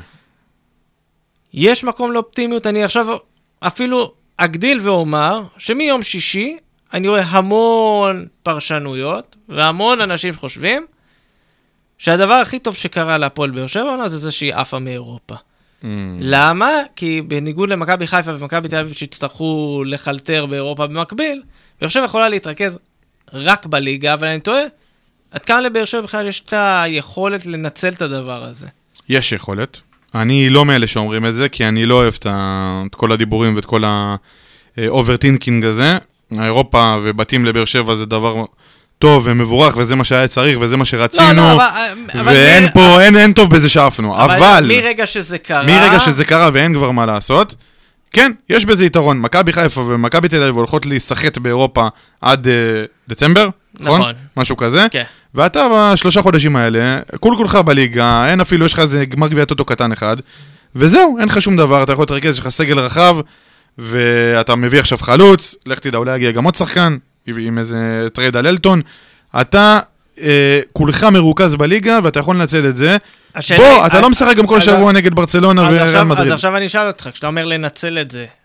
יש מקום לאופטימיות, אני עכשיו אפילו אגדיל ואומר, שמיום שישי, אני רואה המון פרשנויות, והמון אנשים חושבים, שהדבר הכי טוב שקרה להפועל באר שבע, זה שהיא עפה מאירופה. למה? כי בניגוד למכבי חיפה ומכבי תל אביב שהצטרכו לחלטר באירופה במקביל, באר שבע יכולה להתרכז רק בליגה, אבל אני טועה, עד כמה לבאר שבע בכלל יש את היכולת לנצל את הדבר הזה? יש יכולת. אני לא מאלה שאומרים את זה, כי אני לא אוהב את כל הדיבורים ואת כל האוברטינקינג הזה. אירופה ובתים לבאר שבע זה דבר טוב ומבורך, וזה מה שהיה צריך, וזה מה שרצינו, ואין פה, אין טוב בזה שאפנו. אבל מרגע שזה קרה ואין כבר מה לעשות, כן, יש בזה יתרון. מכבי חיפה ומכבי תל אביב הולכות להיסחט באירופה עד דצמבר, נכון? משהו כזה. ואתה בשלושה חודשים האלה, כולך בליגה, אין אפילו, יש לך איזה גמר גביע טוטו קטן אחד, וזהו, אין לך שום דבר, אתה יכול להתרכז, יש לך סגל רחב, ואתה מביא עכשיו חלוץ, לך תדע, אולי יגיע גם עוד שחקן, עם איזה טרייד על אלטון, אתה כולך מרוכז בליגה, ואתה יכול לנצל את זה. בוא, אתה לא משחק גם כל שבוע נגד ברצלונה וריאל מדריד. אז עכשיו אני אשאל אותך, כשאתה אומר לנצל את זה,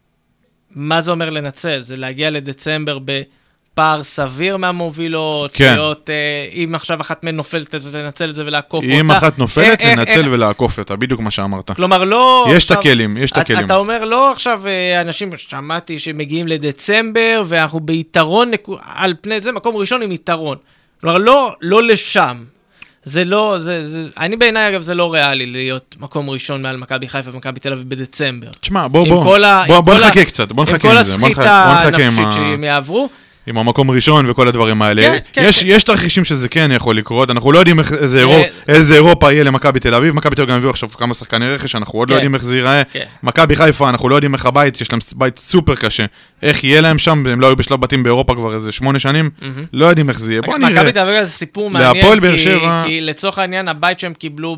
מה זה אומר לנצל? זה להגיע לדצמבר בפער סביר מהמובילות, להיות, אם עכשיו אחת מהן נופלת, אז לנצל את זה ולעקוף אותה. אם אחת נופלת, לנצל ולעקוף אותה, בדיוק מה שאמרת. כלומר, לא... יש את הכלים, יש את הכלים. אתה אומר, לא עכשיו אנשים שמעתי שמגיעים לדצמבר, ואנחנו ביתרון, על פני זה, מקום ראשון עם יתרון. כלומר, לא לשם. זה לא, אני בעיניי אגב זה לא ריאלי להיות מקום ראשון מעל מכבי חיפה ומכבי תל אביב בדצמבר. תשמע, בוא נחכה קצת, בוא נחכה עם זה. עם כל הסחיטה הנפשית שהם יעברו. עם המקום הראשון וכל הדברים האלה. יש תרחישים שזה כן יכול לקרות, אנחנו לא יודעים איזה אירופה יהיה למכבי תל אביב, מכבי תל אביב גם הביאו עכשיו כמה שחקני רכש, אנחנו עוד לא יודעים איך זה ייראה. מכבי חיפה, אנחנו לא יודעים איך הבית, יש להם בית סופר קשה. איך יהיה להם שם, הם לא היו בשלב בתים באירופה כבר איזה 8 שנים, לא יודעים איך זה יהיה. בוא נראה. מכבי תל אביב זה סיפור מעניין, כי לצורך העניין הבית שהם קיבלו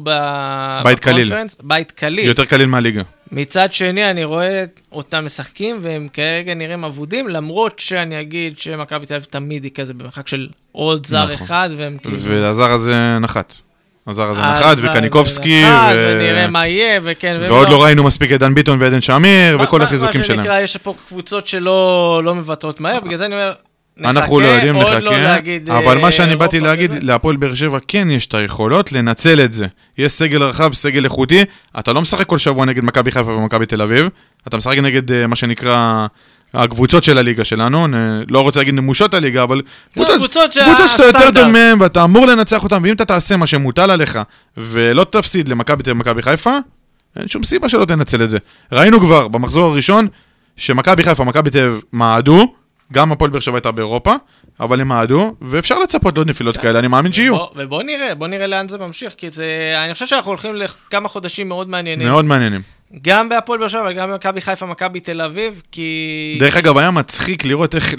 בקונפרנס, בית קליל. יותר קליל מהליגה. מצד שני, אני רואה אותם משחקים, והם כרגע נראים עבודים, למרות שאני אגיד שמכבי תל אביב תמיד היא כזה במרחק של עוד זר אחד, והם כאילו... והזר הזה נחת. הזר הזה נחת, וקניקובסקי, ונראה מה יהיה, וכן... ועוד לא ראינו מספיק עדן ביטון ועדן שמיר, וכל החיזוקים שלהם. מה שנקרא, יש פה קבוצות שלא מבטרות מהר, בגלל זה אני אומר... אנחנו לא יודעים, נחכה, אבל מה שאני באתי להגיד, להפועל באר שבע כן יש את היכולות לנצל את זה. יש סגל רחב, סגל איכותי, אתה לא משחק כל שבוע נגד מכבי חיפה ומכבי תל אביב, אתה משחק נגד מה שנקרא הקבוצות של הליגה שלנו, לא רוצה להגיד נמושות הליגה, אבל קבוצות שאתה יותר טוב מהם, ואתה אמור לנצח אותם, ואם אתה תעשה מה שמוטל עליך, ולא תפסיד למכבי תל אביב ומכבי חיפה, אין שום סיבה שלא תנצל את זה. ראינו כבר במחזור הראשון, שמכבי חיפה ומכבי תל אביב מעדו, גם הפועל באר שבע הייתה באירופה, אבל הם מעדו, ואפשר לצפות עוד נפילות כאלה, אני מאמין שיהיו. ובוא נראה לאן זה ממשיך, כי אני חושב שאנחנו הולכים לכמה חודשים מאוד מעניינים. מאוד מעניינים. גם בהפועל באר שבע, וגם במכבי חיפה, מכבי תל אביב, כי... דרך אגב, היה מצחיק לראות איך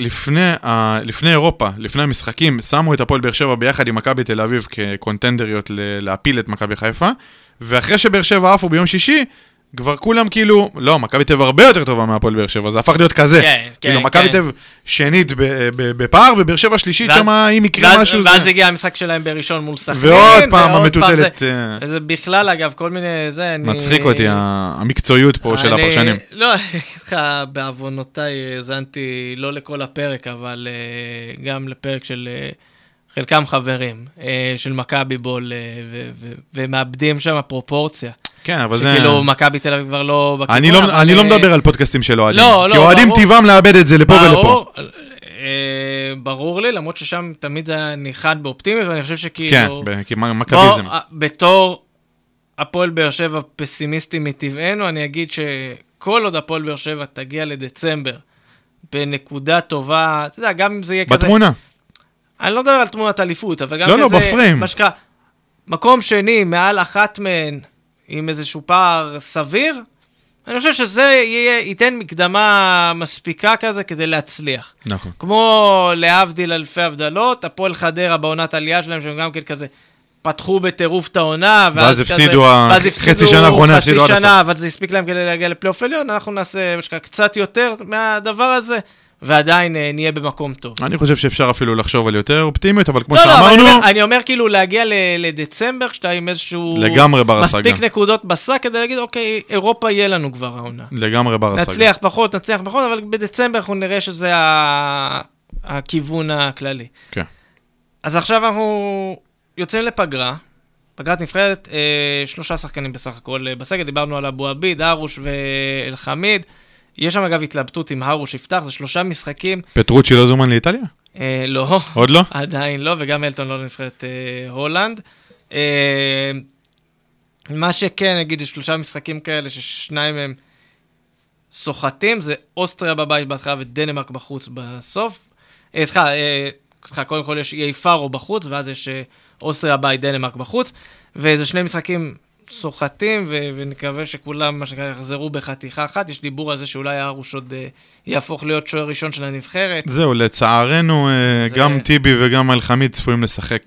לפני אירופה, לפני המשחקים, שמו את הפועל באר שבע ביחד עם מכבי תל אביב כקונטנדריות להפיל את מכבי חיפה, ואחרי שבאר שבע עפו ביום שישי, כבר כולם כאילו, לא, מכבי תל אביב הרבה יותר טובה מהפועל באר שבע, זה הפך להיות כזה. כאילו, מכבי תל אביב שנית בפער, ובאר שבע שלישית שמה, אם יקרה משהו... ואז הגיע המשחק שלהם בראשון מול סכנין. ועוד פעם המטוטלת... זה בכלל, אגב, כל מיני... מצחיק אותי, המקצועיות פה של הפרשנים. לא, אני אגיד לך, בעוונותיי הזנתי, לא לכל הפרק, אבל גם לפרק של... חלקם חברים, של מכבי בול, ומאבדים שם הפרופורציה. כן, אבל זה... שכאילו מכבי תל אביב כבר לא... אני לא מדבר על פודקאסטים של אוהדים. כי אוהדים טבעם לאבד את זה לפה ולפה. ברור לי, למרות ששם תמיד זה היה ניחד באופטימי, ואני חושב שכאילו... כן, כי מכביזם. בתור הפועל באר שבע פסימיסטי מטבענו, אני אגיד שכל עוד הפועל באר שבע תגיע לדצמבר, בנקודה טובה, אתה יודע, גם אם זה יהיה כזה... בתמונה. אני לא מדבר על תמונת אליפות, אבל גם כזה... לא, בפריים. מקום שני, מעל אחת מהן, עם איזשהו פער סביר, אני חושב שזה ייתן מקדמה מספיקה כזה כדי להצליח. נכון. כמו להבדיל אלפי הבדלות, הפועל חדרה בעונת העלייה שלהם, שהם גם כן כזה פתחו בטירוף את העונה, ואז הפסידו חצי שנה האחרונה, הפסידו עד הסוף. אבל זה הספיק להם כדי להגיע לפלייאוף עליון, אנחנו נעשה קצת יותר מהדבר הזה, ועדיין נהיה במקום טוב. אני חושב שאפשר אפילו לחשוב על יותר אופטימיות, אבל כמו שאמרנו... לא, אני אומר כאילו להגיע לדצמבר, כשאתה עם איזשהו... לגמרי בר השגה. מספיק נקודות בסק, כדי להגיד, אוקיי, אירופה יהיה לנו כבר העונה. לגמרי בר השגה. נצליח פחות, אבל בדצמבר אנחנו נראה שזה הכיוון הכללי. כן. אז עכשיו אנחנו יוצאים לפגרה, פגרת נבחרת, 3 שחקנים בסך הכל בסגל, דיברנו על אבו עביד, הרוש ואל-חמיד, יש שם אגב התלבטות עם הרוש יפתח, זה 3 משחקים. פטרוצ'י לא זומן לאיטליה? לא. עוד לא? עדיין לא, וגם אלטון לא לנבחרת הולנד. מה שכן, נגיד, יש 3 משחקים כאלה, ששניים הם סוחטים, זה אוסטריה בבית בהתחלה ודנמרק בחוץ בסוף. סליחה, קודם כל יש איי פארו בחוץ, ואז יש אוסטריה בבית, דנמרק בחוץ, וזה 2 משחקים סוחטים, ונקווה שכולם, מה שנקרא, יחזרו בחתיכה אחת. יש דיבור על זה שאולי הרוש עוד יהפוך להיות שוער ראשון של הנבחרת. זהו, לצערנו, גם טיבי וגם אל-חמיד צפויים לשחק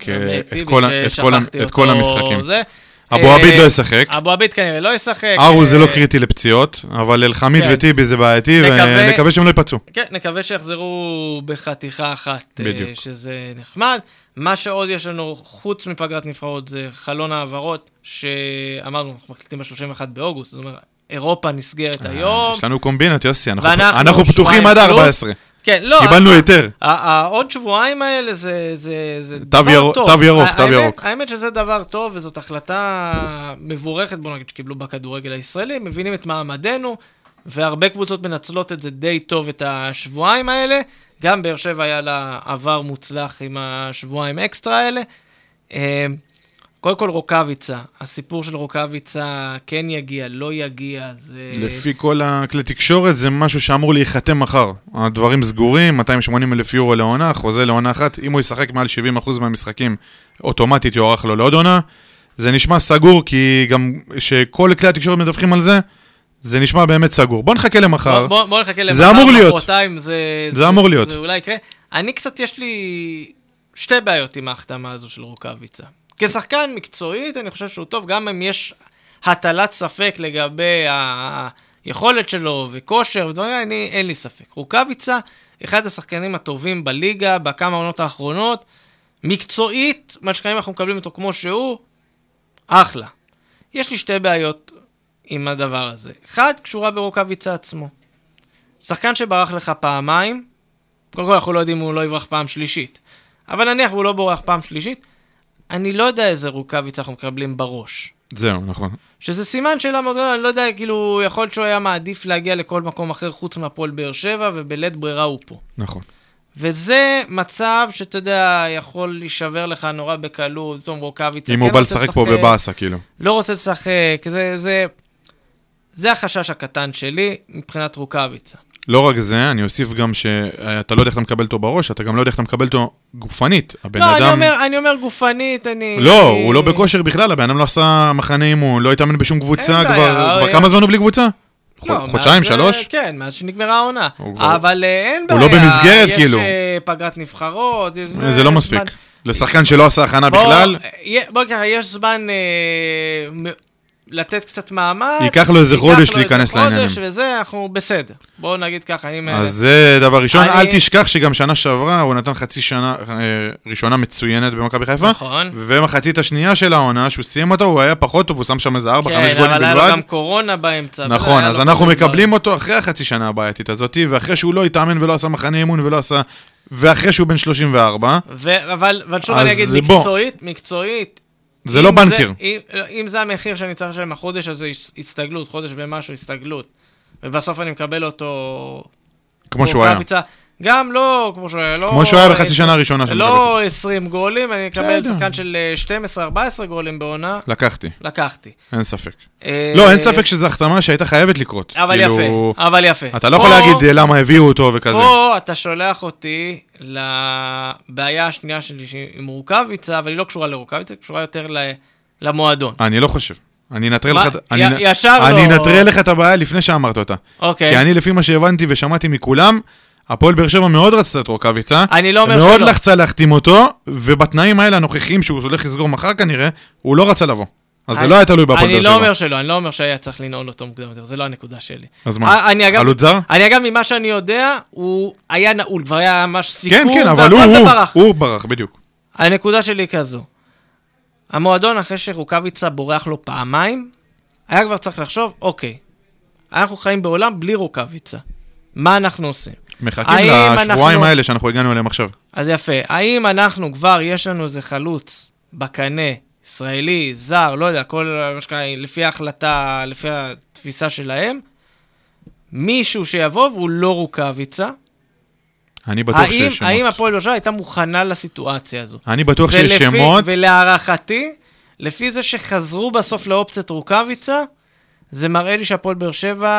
את כל המשחקים. אבו עביד לא ישחק. אבו עביד כנראה לא ישחק. ארוש זה לא קריטי לפציעות, אבל אל-חמיד וטיבי זה בעייתי, ונקווה שהם לא יפצעו. כן, נקווה שיחזרו בחתיכה אחת, שזה נחמד. מה שעוד יש לנו חוץ מפגרת נבחרות זה חלון העברות, שאמרנו, אנחנו מקליטים ב-31 באוגוסט, זאת אומרת, אירופה נסגרת היום. יש לנו קומבינות, יוסי, אנחנו פתוחים עד 14. כן, לא. קיבלנו יותר. העוד שבועיים האלה זה דבר טוב. תו ירוק. האמת שזה דבר טוב, וזאת החלטה מבורכת, בוא נגיד שקיבלו בכדורגל הישראלי, מבינים את מעמדנו, והרבה קבוצות מנצלות את זה די טוב את השבועיים האלה. גם באר שבע היה לה עבר מוצלח עם השבועיים אקסטרה האלה. קודם כל רוקאביצה, הסיפור של רוקאביצה כן יגיע, לא יגיע, זה... לפי כל הכלי תקשורת זה משהו שאמור להיחתם מחר. הדברים סגורים, 280,000 יורו לעונה, חוזה לעונה אחת, אם הוא ישחק מעל 70% מהמשחקים, אוטומטית יוארך לו לעוד עונה. זה נשמע סגור, כי גם שכל כלי התקשורת מדווחים על זה, זה נשמע באמת סגור. בוא נחכה למחר. בוא נחכה למחר. זה אמור להיות. זה אמור להיות. זה אולי יקרה. אני קצת, יש לי 2 בעיות עם ההחתמה הזו של רוקאביצה. כשחקן מקצועית, אני חושב שהוא טוב, גם אם יש הטלת ספק לגבי היכולת שלו וכושר ודברים, אין לי ספק. רוקאביצה, אחד השחקנים הטובים בליגה, בכמה עונות האחרונות, מקצועית, מה שקיים אנחנו מקבלים אותו כמו שהוא, אחלה. יש לי 2 בעיות עם הדבר הזה. אחד, קשורה ברוקאביצה עצמו. שחקן שברח לך פעמיים, קודם כל אנחנו לא יודעים אם הוא לא יברח פעם שלישית, אבל נניח הוא לא בורח פעם שלישית, אני לא יודע איזה רוקאביצה אנחנו מקבלים בראש. זהו, נכון. שזה סימן שאלה מאוד גדולה, אני לא יודע, כאילו, יכול להיות שהוא היה מעדיף להגיע לכל מקום אחר חוץ מהפועל באר שבע, ובלית ברירה הוא פה. נכון. וזה מצב שאתה יודע, יכול להישבר לך נורא בקלות, פתאום רוקאביצה. אם הוא בא לשחק פה בבאסה, כאילו. לא רוצה לשחק, זה החשש הקטן שלי מבחינת רוקאביצה. לא רק זה, אני אוסיף גם שאתה לא יודע איך אתה מקבל אותו בראש, אתה גם לא יודע איך אתה מקבל אותו גופנית. לא, אני אומר גופנית, לא, הוא לא בכושר בכלל, הבן אדם לא עשה מחנה אימון, לא התאמן בשום קבוצה, כבר כמה זמן הוא בלי קבוצה? חודשיים, 3? כן, מאז שנגמרה העונה. אבל אין בעיה. הוא לא במסגרת, כאילו. יש פגרת נבחרות. זה לא מספיק. לשחקן שלא עשה הכנה בכלל. בוא ככה, יש זמן לתת קצת מאמץ. ייקח לו איזה חודש להיכנס לעניינים. וזה, אנחנו בסדר. בואו נגיד ככה. אז זה דבר ראשון. אל תשכח שגם שנה שעברה, הוא נתן חצי שנה ראשונה מצוינת במכבי חיפה. נכון. ומחצית השנייה של העונה, שהוא סיים אותו, הוא היה פחות טוב, הוא שם שם איזה 4-5 גולים בלבד. כן, אבל היה לו גם קורונה באמצע. נכון, אז אנחנו מקבלים אותו אחרי החצי שנה הבעייתית הזאת, ואחרי שהוא לא התאמן ולא עשה מחנה אימון ולא עשה... ואחרי שהוא בן 34. אבל שוב אני אגיד, מקצועית, זה לא בנקר. אם זה המחיר שאני צריך לשלם החודש, אז זה הסתגלות, חודש ומשהו הסתגלות. ובסוף אני מקבל אותו... כמו שהוא היה. גם לא, כמו שהוא היה. כמו שהוא היה בחצי שנה הראשונה. לא 20 גולים, אני אקבל שחקן של 12-14 גולים בעונה. לקחתי. אין ספק. לא, אין ספק שזו החתמה שהייתה חייבת לקרות. אבל יפה. אתה לא יכול להגיד למה הביאו אותו וכזה. פה אתה שולח אותי לבעיה השנייה שלי עם רוקאביצה, אבל היא לא קשורה לרוקאביצה, היא קשורה יותר למועדון. אני לא חושב. אני נטרל לך את הבעיה לפני שאמרת אותה. כי אני לפי מה שהבנתי ושמעתי מכולם, הפועל באר שבע מאוד רצתה את רוקאביצה, מאוד לחצה להחתים אותו, ובתנאים האלה הנוכחיים שהוא הולך לסגור מחר כנראה, הוא לא רצה לבוא. אז זה לא היה תלוי בהפועל באר שבע. אני לא אומר שהיה צריך לנעול אותו מוקדם יותר, זה לא הנקודה שלי. אז מה? חלוץ זר? אני אגב, ממה שאני יודע, הוא היה נעול, כבר היה ממש סיכום. כן, אבל הוא ברח, בדיוק. הנקודה שלי היא כזו. המועדון, אחרי שרוקאביצה בורח לו פעמיים, היה כבר צריך לחשוב, אוקיי, אנחנו חיים בעולם בלי רוקאביצה. מה אנחנו עושים? מחכים לשבועיים האלה שאנחנו הגענו אליהם עכשיו. אז יפה. האם אנחנו כבר, יש לנו איזה חלוץ בקנה, ישראלי, זר, לא יודע, כל לפי ההחלטה, לפי התפיסה שלהם, מישהו שיבוא והוא לא רוקאביצה, אני בטוח שיש שמות. האם הפועל באר שבע הייתה מוכנה לסיטואציה הזו? אני בטוח שיש שמות. ולהערכתי, לפי זה שחזרו בסוף לאופציית רוקאביצה, זה מראה לי שהפועל באר שבע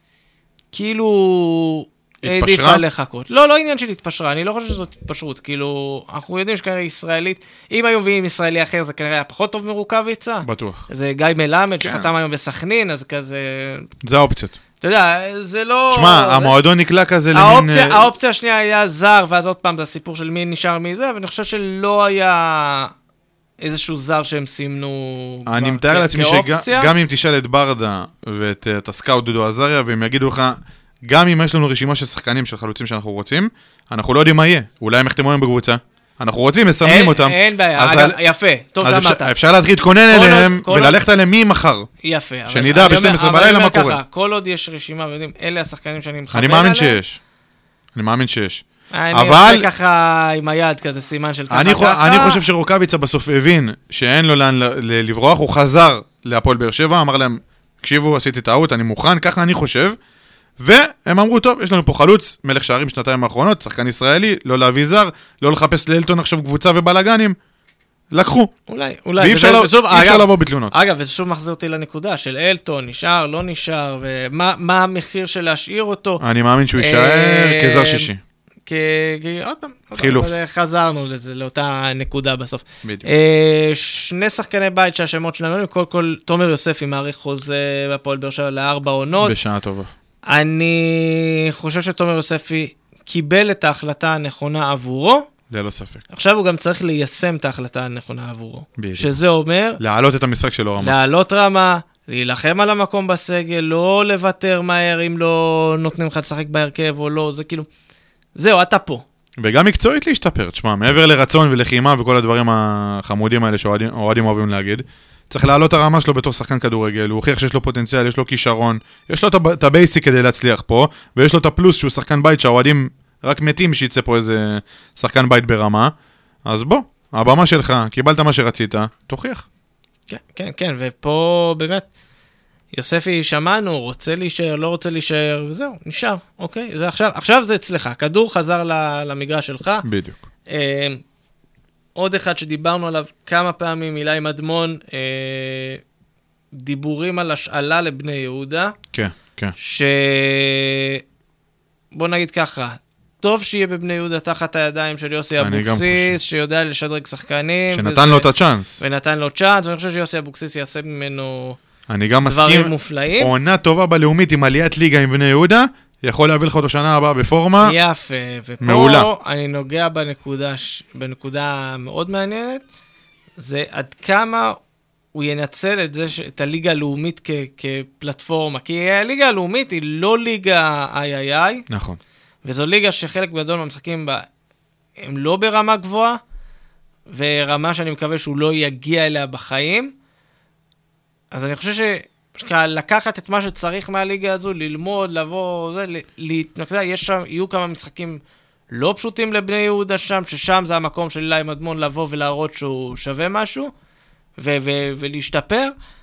כאילו העדיפה לחכות. לא עניין של התפשרה, אני לא חושב שזאת התפשרות, כאילו, אנחנו יודעים שכנראה ישראלית, אם היו מביאים ישראלי אחר, זה כנראה היה פחות טוב מרוקאביצה. בטוח. זה גיא מלמד שחתם היום בסכנין, אז כזה... זה האופציות. אתה יודע, זה לא... תשמע, המועדון נקלע כזה למין... האופציה השנייה היה זר, ואז עוד פעם זה הסיפור של מי נשאר מזה, ואני חושב שלא היה איזשהו זר שהם סימנו כאופציה. אני מתאר לעצמי שגם אם תשאל את ברדה ואת הסקאוט דודו עזריה, והם יגידו לך, גם אם יש לנו רשימה של שחקנים של חלוצים שאנחנו רוצים, אנחנו לא יודעים מה יהיה. אולי הם יחתמו היום בקבוצה. אנחנו רוצים, מסמנים אותם. אין בעיה, אגב, יפה, טוב שאמרת. אפשר להתחיל להתכונן אליהם וללכת עליהם מי מחר. יפה. שנדע ב-12 בלילה מה קורה. כל עוד יש רשימה ויודעים, אלה השחקנים שאני מכוון עליהם. אני מאמין שיש. אני עושה ככה עם היד כזה סימן של ככה. אני חושב שרוקאביצה בסוף הבין שאין לו לאן לברוח, הוא חזר להפועל באר שבע, אמר להם, תקשיבו, עשיתי טעות, אני מוכן, ככה אני חושב. והם אמרו, טוב, יש לנו פה חלוץ, מלך שערים שנתיים האחרונות, שחקן ישראלי, לא להביא זר, לא לחפש לאלטון עכשיו קבוצה ובלגנים. לקחו. אולי. ואי אפשר לבוא בתלונות. אגב, וזה שוב מחזיר אותי לנקודה של אלטון, נשאר, לא נשאר, ומה המחיר של להשאיר אותו. אני מאמין שהוא יישאר כזר שישי. עוד פעם. חילוף. חזרנו לאותה נקודה בסוף. בדיוק. שני שחקני בית שהשמות שלנו, כל תומר יוספי מעריך חוזה בפועל באר שבע ל4 עונות. בשעה טובה. אני חושב שתומר יוספי קיבל את ההחלטה הנכונה עבורו. ללא ספק. עכשיו הוא גם צריך ליישם את ההחלטה הנכונה עבורו. בדיוק. שזה אומר... להעלות את המשחק שלו רמה. להעלות רמה, להילחם על המקום בסגל, לא לוותר מהר אם לא נותנים לך לשחק בהרכב או לא, זה כאילו... זהו, אתה פה. וגם מקצועית להשתפר, תשמע, מעבר לרצון ולחימה וכל הדברים החמודים האלה שאוהדים אוהבים להגיד, צריך להעלות הרמה שלו בתור שחקן כדורגל, הוא הוכיח שיש לו פוטנציאל, יש לו כישרון, יש לו את הבייסיק כדי להצליח פה, ויש לו את הפלוס שהוא שחקן בית שהאוהדים רק מתים שיצא פה איזה שחקן בית ברמה, אז בוא, הבמה שלך, קיבלת מה שרצית, תוכיח. כן, ופה באמת, יוספי שמענו, רוצה להישאר, לא רוצה להישאר, וזהו, נשאר, אוקיי? זה עכשיו זה אצלך, כדור חזר למגרש שלך. בדיוק. עוד אחד שדיברנו עליו כמה פעמים, אילי מדמון, דיבורים על השאלה לבני יהודה. כן. בוא נגיד ככה, טוב שיהיה בבני יהודה תחת הידיים של יוסי אבוקסיס, שיודע לשדרג שחקנים. שנתן לו את הצ'אנס. ואני חושב שיוסי אבוקסיס יעשה ממנו אני גם מסכים, עונה טובה בלאומית עם עליית ליגה עם בני יהודה, יכול להביא לך אותו שנה הבאה בפורמה. יפה, ופה מעולה. אני נוגע בנקודה מאוד מעניינת, זה עד כמה הוא ינצל את הליגה הלאומית כפלטפורמה, כי הליגה הלאומית היא לא ליגה איי-איי, נכון. וזו ליגה שחלק גדול מהמשחקים בה הם לא ברמה גבוהה, ורמה שאני מקווה שהוא לא יגיע אליה בחיים, אז אני חושב לקחת את מה שצריך מהליגה הזו, ללמוד, לבוא, יהיו כמה משחקים לא פשוטים לבני יהודה שם, ששם זה המקום של אילי מדמון לבוא ולהראות שהוא שווה משהו, ולהשתפר,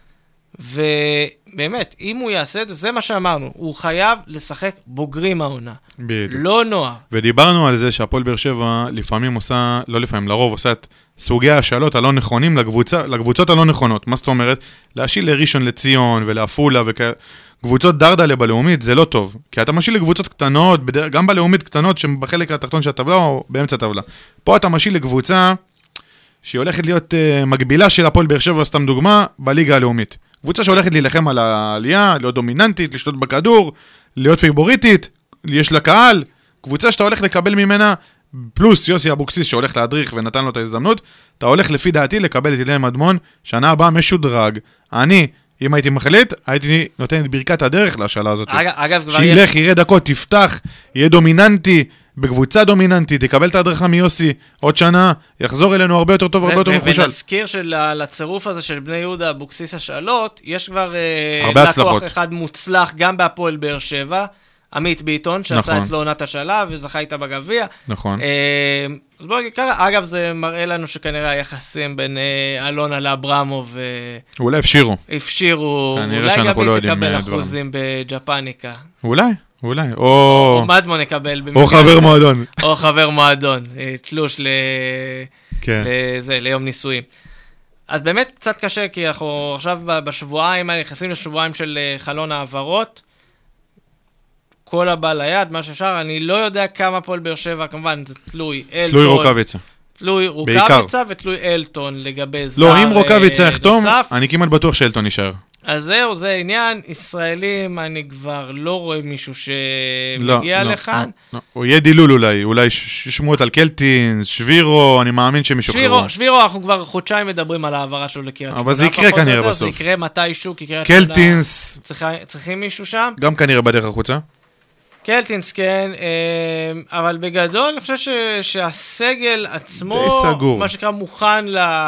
ובאמת, אם הוא יעשה את זה, זה מה שאמרנו, הוא חייב לשחק בוגרים העונה, לא נוער. ודיברנו על זה שהפועל באר שבע לפעמים עושה, לא לפעמים, לרוב עושה את סוגי השאלות הלא נכונים לקבוצות הלא נכונות. מה זאת אומרת? להשיל לראשון לציון ולעפולה וקבוצות דרדלה בלאומית, זה לא טוב. כי אתה משיל לקבוצות קטנות, גם בלאומית קטנות שבחלק התחתון של הטבלה או באמצע הטבלה. פה אתה משיל לקבוצה שהיא הולכת להיות מקבילה של הפועל באר שבע, סתם דוגמה, בליגה הלאומית. קבוצה שהולכת להילחם על העלייה, להיות דומיננטית, לשתות בכדור, להיות פיבוריטית, יש לה קהל. קבוצה שאתה הולך לקבל ממנה פלוס יוסי אבוקסיס שהולך להדריך ונתן לו את ההזדמנות, אתה הולך לפי דעתי לקבל את אילי מדמון, שנה הבאה משודרג. אני, אם הייתי מחליט, הייתי נותן את ברכת הדרך להשאלה הזאת. אגב, שילך, יראה דקות, תפתח, יהיה דומיננטי, בקבוצה דומיננטית, תקבל את הדרכה מיוסי עוד שנה, יחזור אלינו הרבה יותר טוב, הרבה יותר מחושל. ונזכיר שלצירוף הזה של בני יהודה אבוקסיס השאלות, יש כבר לקוח אחד מוצלח גם בהפועל באר שבע, עמית ביטון, שעשה נכון. אצלו עונת השלב, וזכה איתה בגביע. נכון. אז בואו נגיד ככה, אגב, זה מראה לנו שכנראה היחסים בין אלונה לאברמוב אולי הפשירו. כנראה שאנחנו לא יודעים אולי גם היא תקבל אחוזים בג'פניקה. אולי. או מדמון יקבל. או חבר מועדון. או חבר מועדון. תלוש ליום נישואים. אז באמת קצת קשה, כי אנחנו עכשיו בשבועיים, נכנסים לשבועיים של חלון העברות. כל הבא ליד, מה שאפשר, אני לא יודע כמה פועל באר שבע, כמובן, זה תלוי אלטון. תלוי רוקאביצה. תלוי רוקאביצה ותלוי אלטון לגבי זר. לא, אם רוקאביצה יחתום, אני כמעט בטוח שאלטון נשאר. אז זהו, זה עניין. ישראלים, אני כבר לא רואה מישהו שמגיע לכאן. או יהיה דילול אולי שמועות על קלטינס, שבירו, אני מאמין שמישהו קרוב. שבירו, אנחנו כבר חודשיים מדברים על העברה שלו לקריית שמונה. אבל זה יקרה כנראה בסוף. זה יקרה מתישהו, כי קריית קלטינס. צריכים מישהו שם. גם כנראה בדרך החוצה. קלטינס, כן, אבל בגדול אני חושב שהסגל עצמו, מה שקרה, מוכן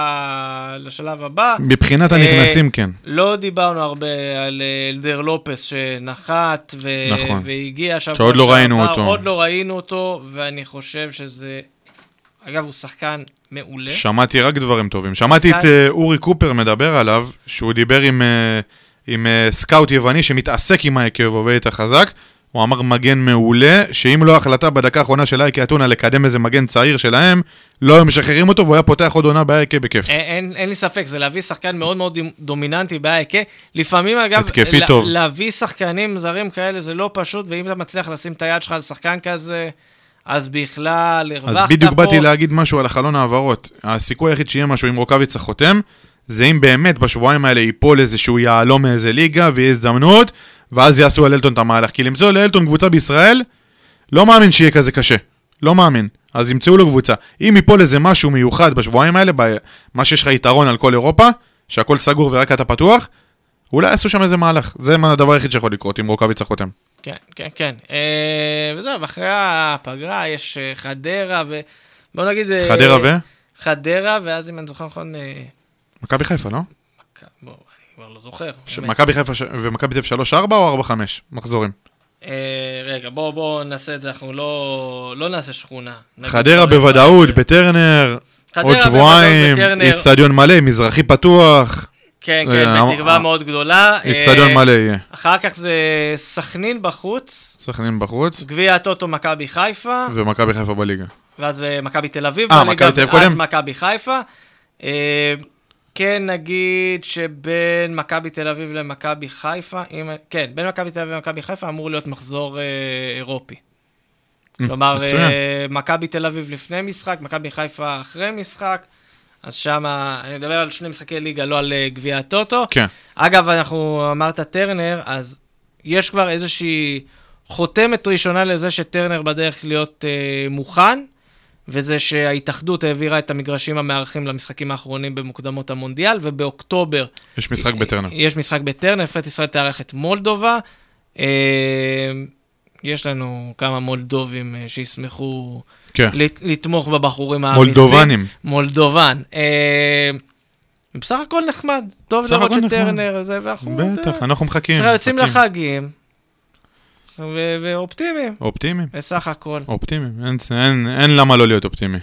לשלב הבא. מבחינת הנכנסים, כן. לא דיברנו הרבה על אלדר לופס שנחת והגיע. שעוד לא ראינו אותו. עוד לא ראינו אותו, ואני חושב שזה, אגב, הוא שחקן מעולה. שמעתי רק דברים טובים. שמעתי את אורי קופר מדבר עליו, שהוא דיבר עם סקאוט יווני שמתעסק עם ההרכב ועובד החזק. הוא אמר מגן מעולה, שאם לא החלטה בדקה האחרונה של אייקה אתונה לקדם איזה מגן צעיר שלהם, לא היו משחררים אותו, והוא היה פותח עוד עונה באייקה בכיף. אין לי ספק, זה להביא שחקן מאוד מאוד דומיננטי באייקה. לפעמים, אגב, להביא שחקנים זרים כאלה זה לא פשוט, ואם אתה מצליח לשים את היד שלך על שחקן כזה, אז בכלל, הרווחת פה. אז בדיוק באתי להגיד משהו על החלון העברות. הסיכוי היחיד שיהיה משהו עם רוקאביצה חותם, זה אם באמת בשבועיים האלה ייפול איזשהו יעלום מאיזה ליגה ויהיה הזדמנות, ואז יעשו על אלטון את המהלך. כי למצוא לאלטון קבוצה בישראל, לא מאמין שיהיה כזה קשה. לא מאמין. אז ימצאו לו קבוצה. אם ייפול איזה משהו מיוחד בשבועיים האלה, מה שיש לך יתרון על כל אירופה, שהכל סגור ורק אתה פתוח, אולי יעשו שם איזה מהלך. זה הדבר היחיד שיכול לקרות, אם רוקאביצה חותם. כן, כן, כן. וזהו, ואחרי הפגרה יש חדרה, בוא נגיד... חדרה ו? חדרה, ואז אם אני זוכר נכון... מכבי חיפה, לא? בוא, אני כבר לא זוכר. מכבי חיפה ומכבי תל אביב 3-4 או 4-5 מחזורים? רגע, בוא נעשה את זה, אנחנו לא נעשה שכונה. חדרה בוודאות, בטרנר, עוד שבועיים, אצטדיון מלא, מזרחי פתוח. כן, כן, בתקווה מאוד גדולה. אצטדיון מלא יהיה. אחר כך זה סכנין בחוץ. סכנין בחוץ. גביע הטוטו מכבי חיפה. ומכבי חיפה בליגה. ואז מכבי תל אביב בליגה, ואז מכבי חיפה. כן, נגיד שבין מכבי תל אביב למכבי חיפה, כן, בין מכבי תל אביב למכבי חיפה אמור להיות מחזור אירופי. כלומר, מכבי תל אביב לפני משחק, מכבי חיפה אחרי משחק, אז שם, אני מדבר על שני משחקי ליגה, לא על גביע הטוטו. כן. אגב, אמרת טרנר, אז יש כבר איזושהי חותמת ראשונה לזה שטרנר בדרך להיות מוכן, וזה שההתאחדות העבירה את המגרשים המארחים למשחקים האחרונים במוקדמות המונדיאל, ובאוקטובר... יש משחק בטרנר. יש משחק בטרנר, נבחרת ישראל תארח את מולדובה. יש לנו כמה מולדובים שישמחו לתמוך בבחורים האמיצים. מולדובנים. מולדובן. בסך הכל נחמד. טוב לראות שטרנר זה, ואנחנו... בטח, אנחנו מחכים. יוצאים לחגים. ואופטימיים. אופטימיים. בסך הכל. אופטימיים. אין למה לא להיות אופטימי.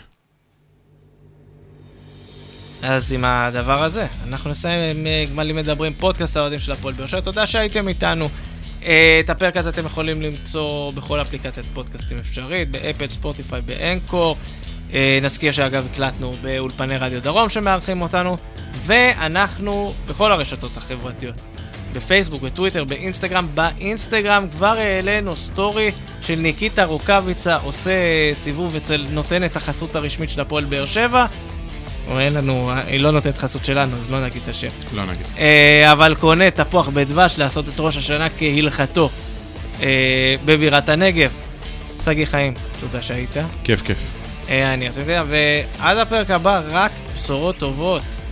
אז עם הדבר הזה, אנחנו נסיים עם גמלים מדברים, פודקאסט האוהדים של הפועל באר שבע. תודה שהייתם איתנו. את הפרק הזה אתם יכולים למצוא בכל אפליקציית פודקאסטים אפשרית, באפל, ספוטיפיי, באנקור. נזכיר שאגב הקלטנו באולפני רדיו דרום שמארחים אותנו, ואנחנו בכל הרשתות החברתיות. בפייסבוק, בטוויטר, באינסטגרם. באינסטגרם כבר העלינו סטורי של ניקיטה רוקאביצה עושה סיבוב נותן את החסות הרשמית של הפועל באר שבע. היא לא נותנת חסות שלנו, אז לא נגיד את השם. לא נגיד. אבל קונה תפוח בדבש לעשות את ראש השנה כהלכתו בבירת הנגב. סגי חיים, תודה שהיית. כיף. אני אעשה את זה, ועד הפרק הבא רק בשורות טובות.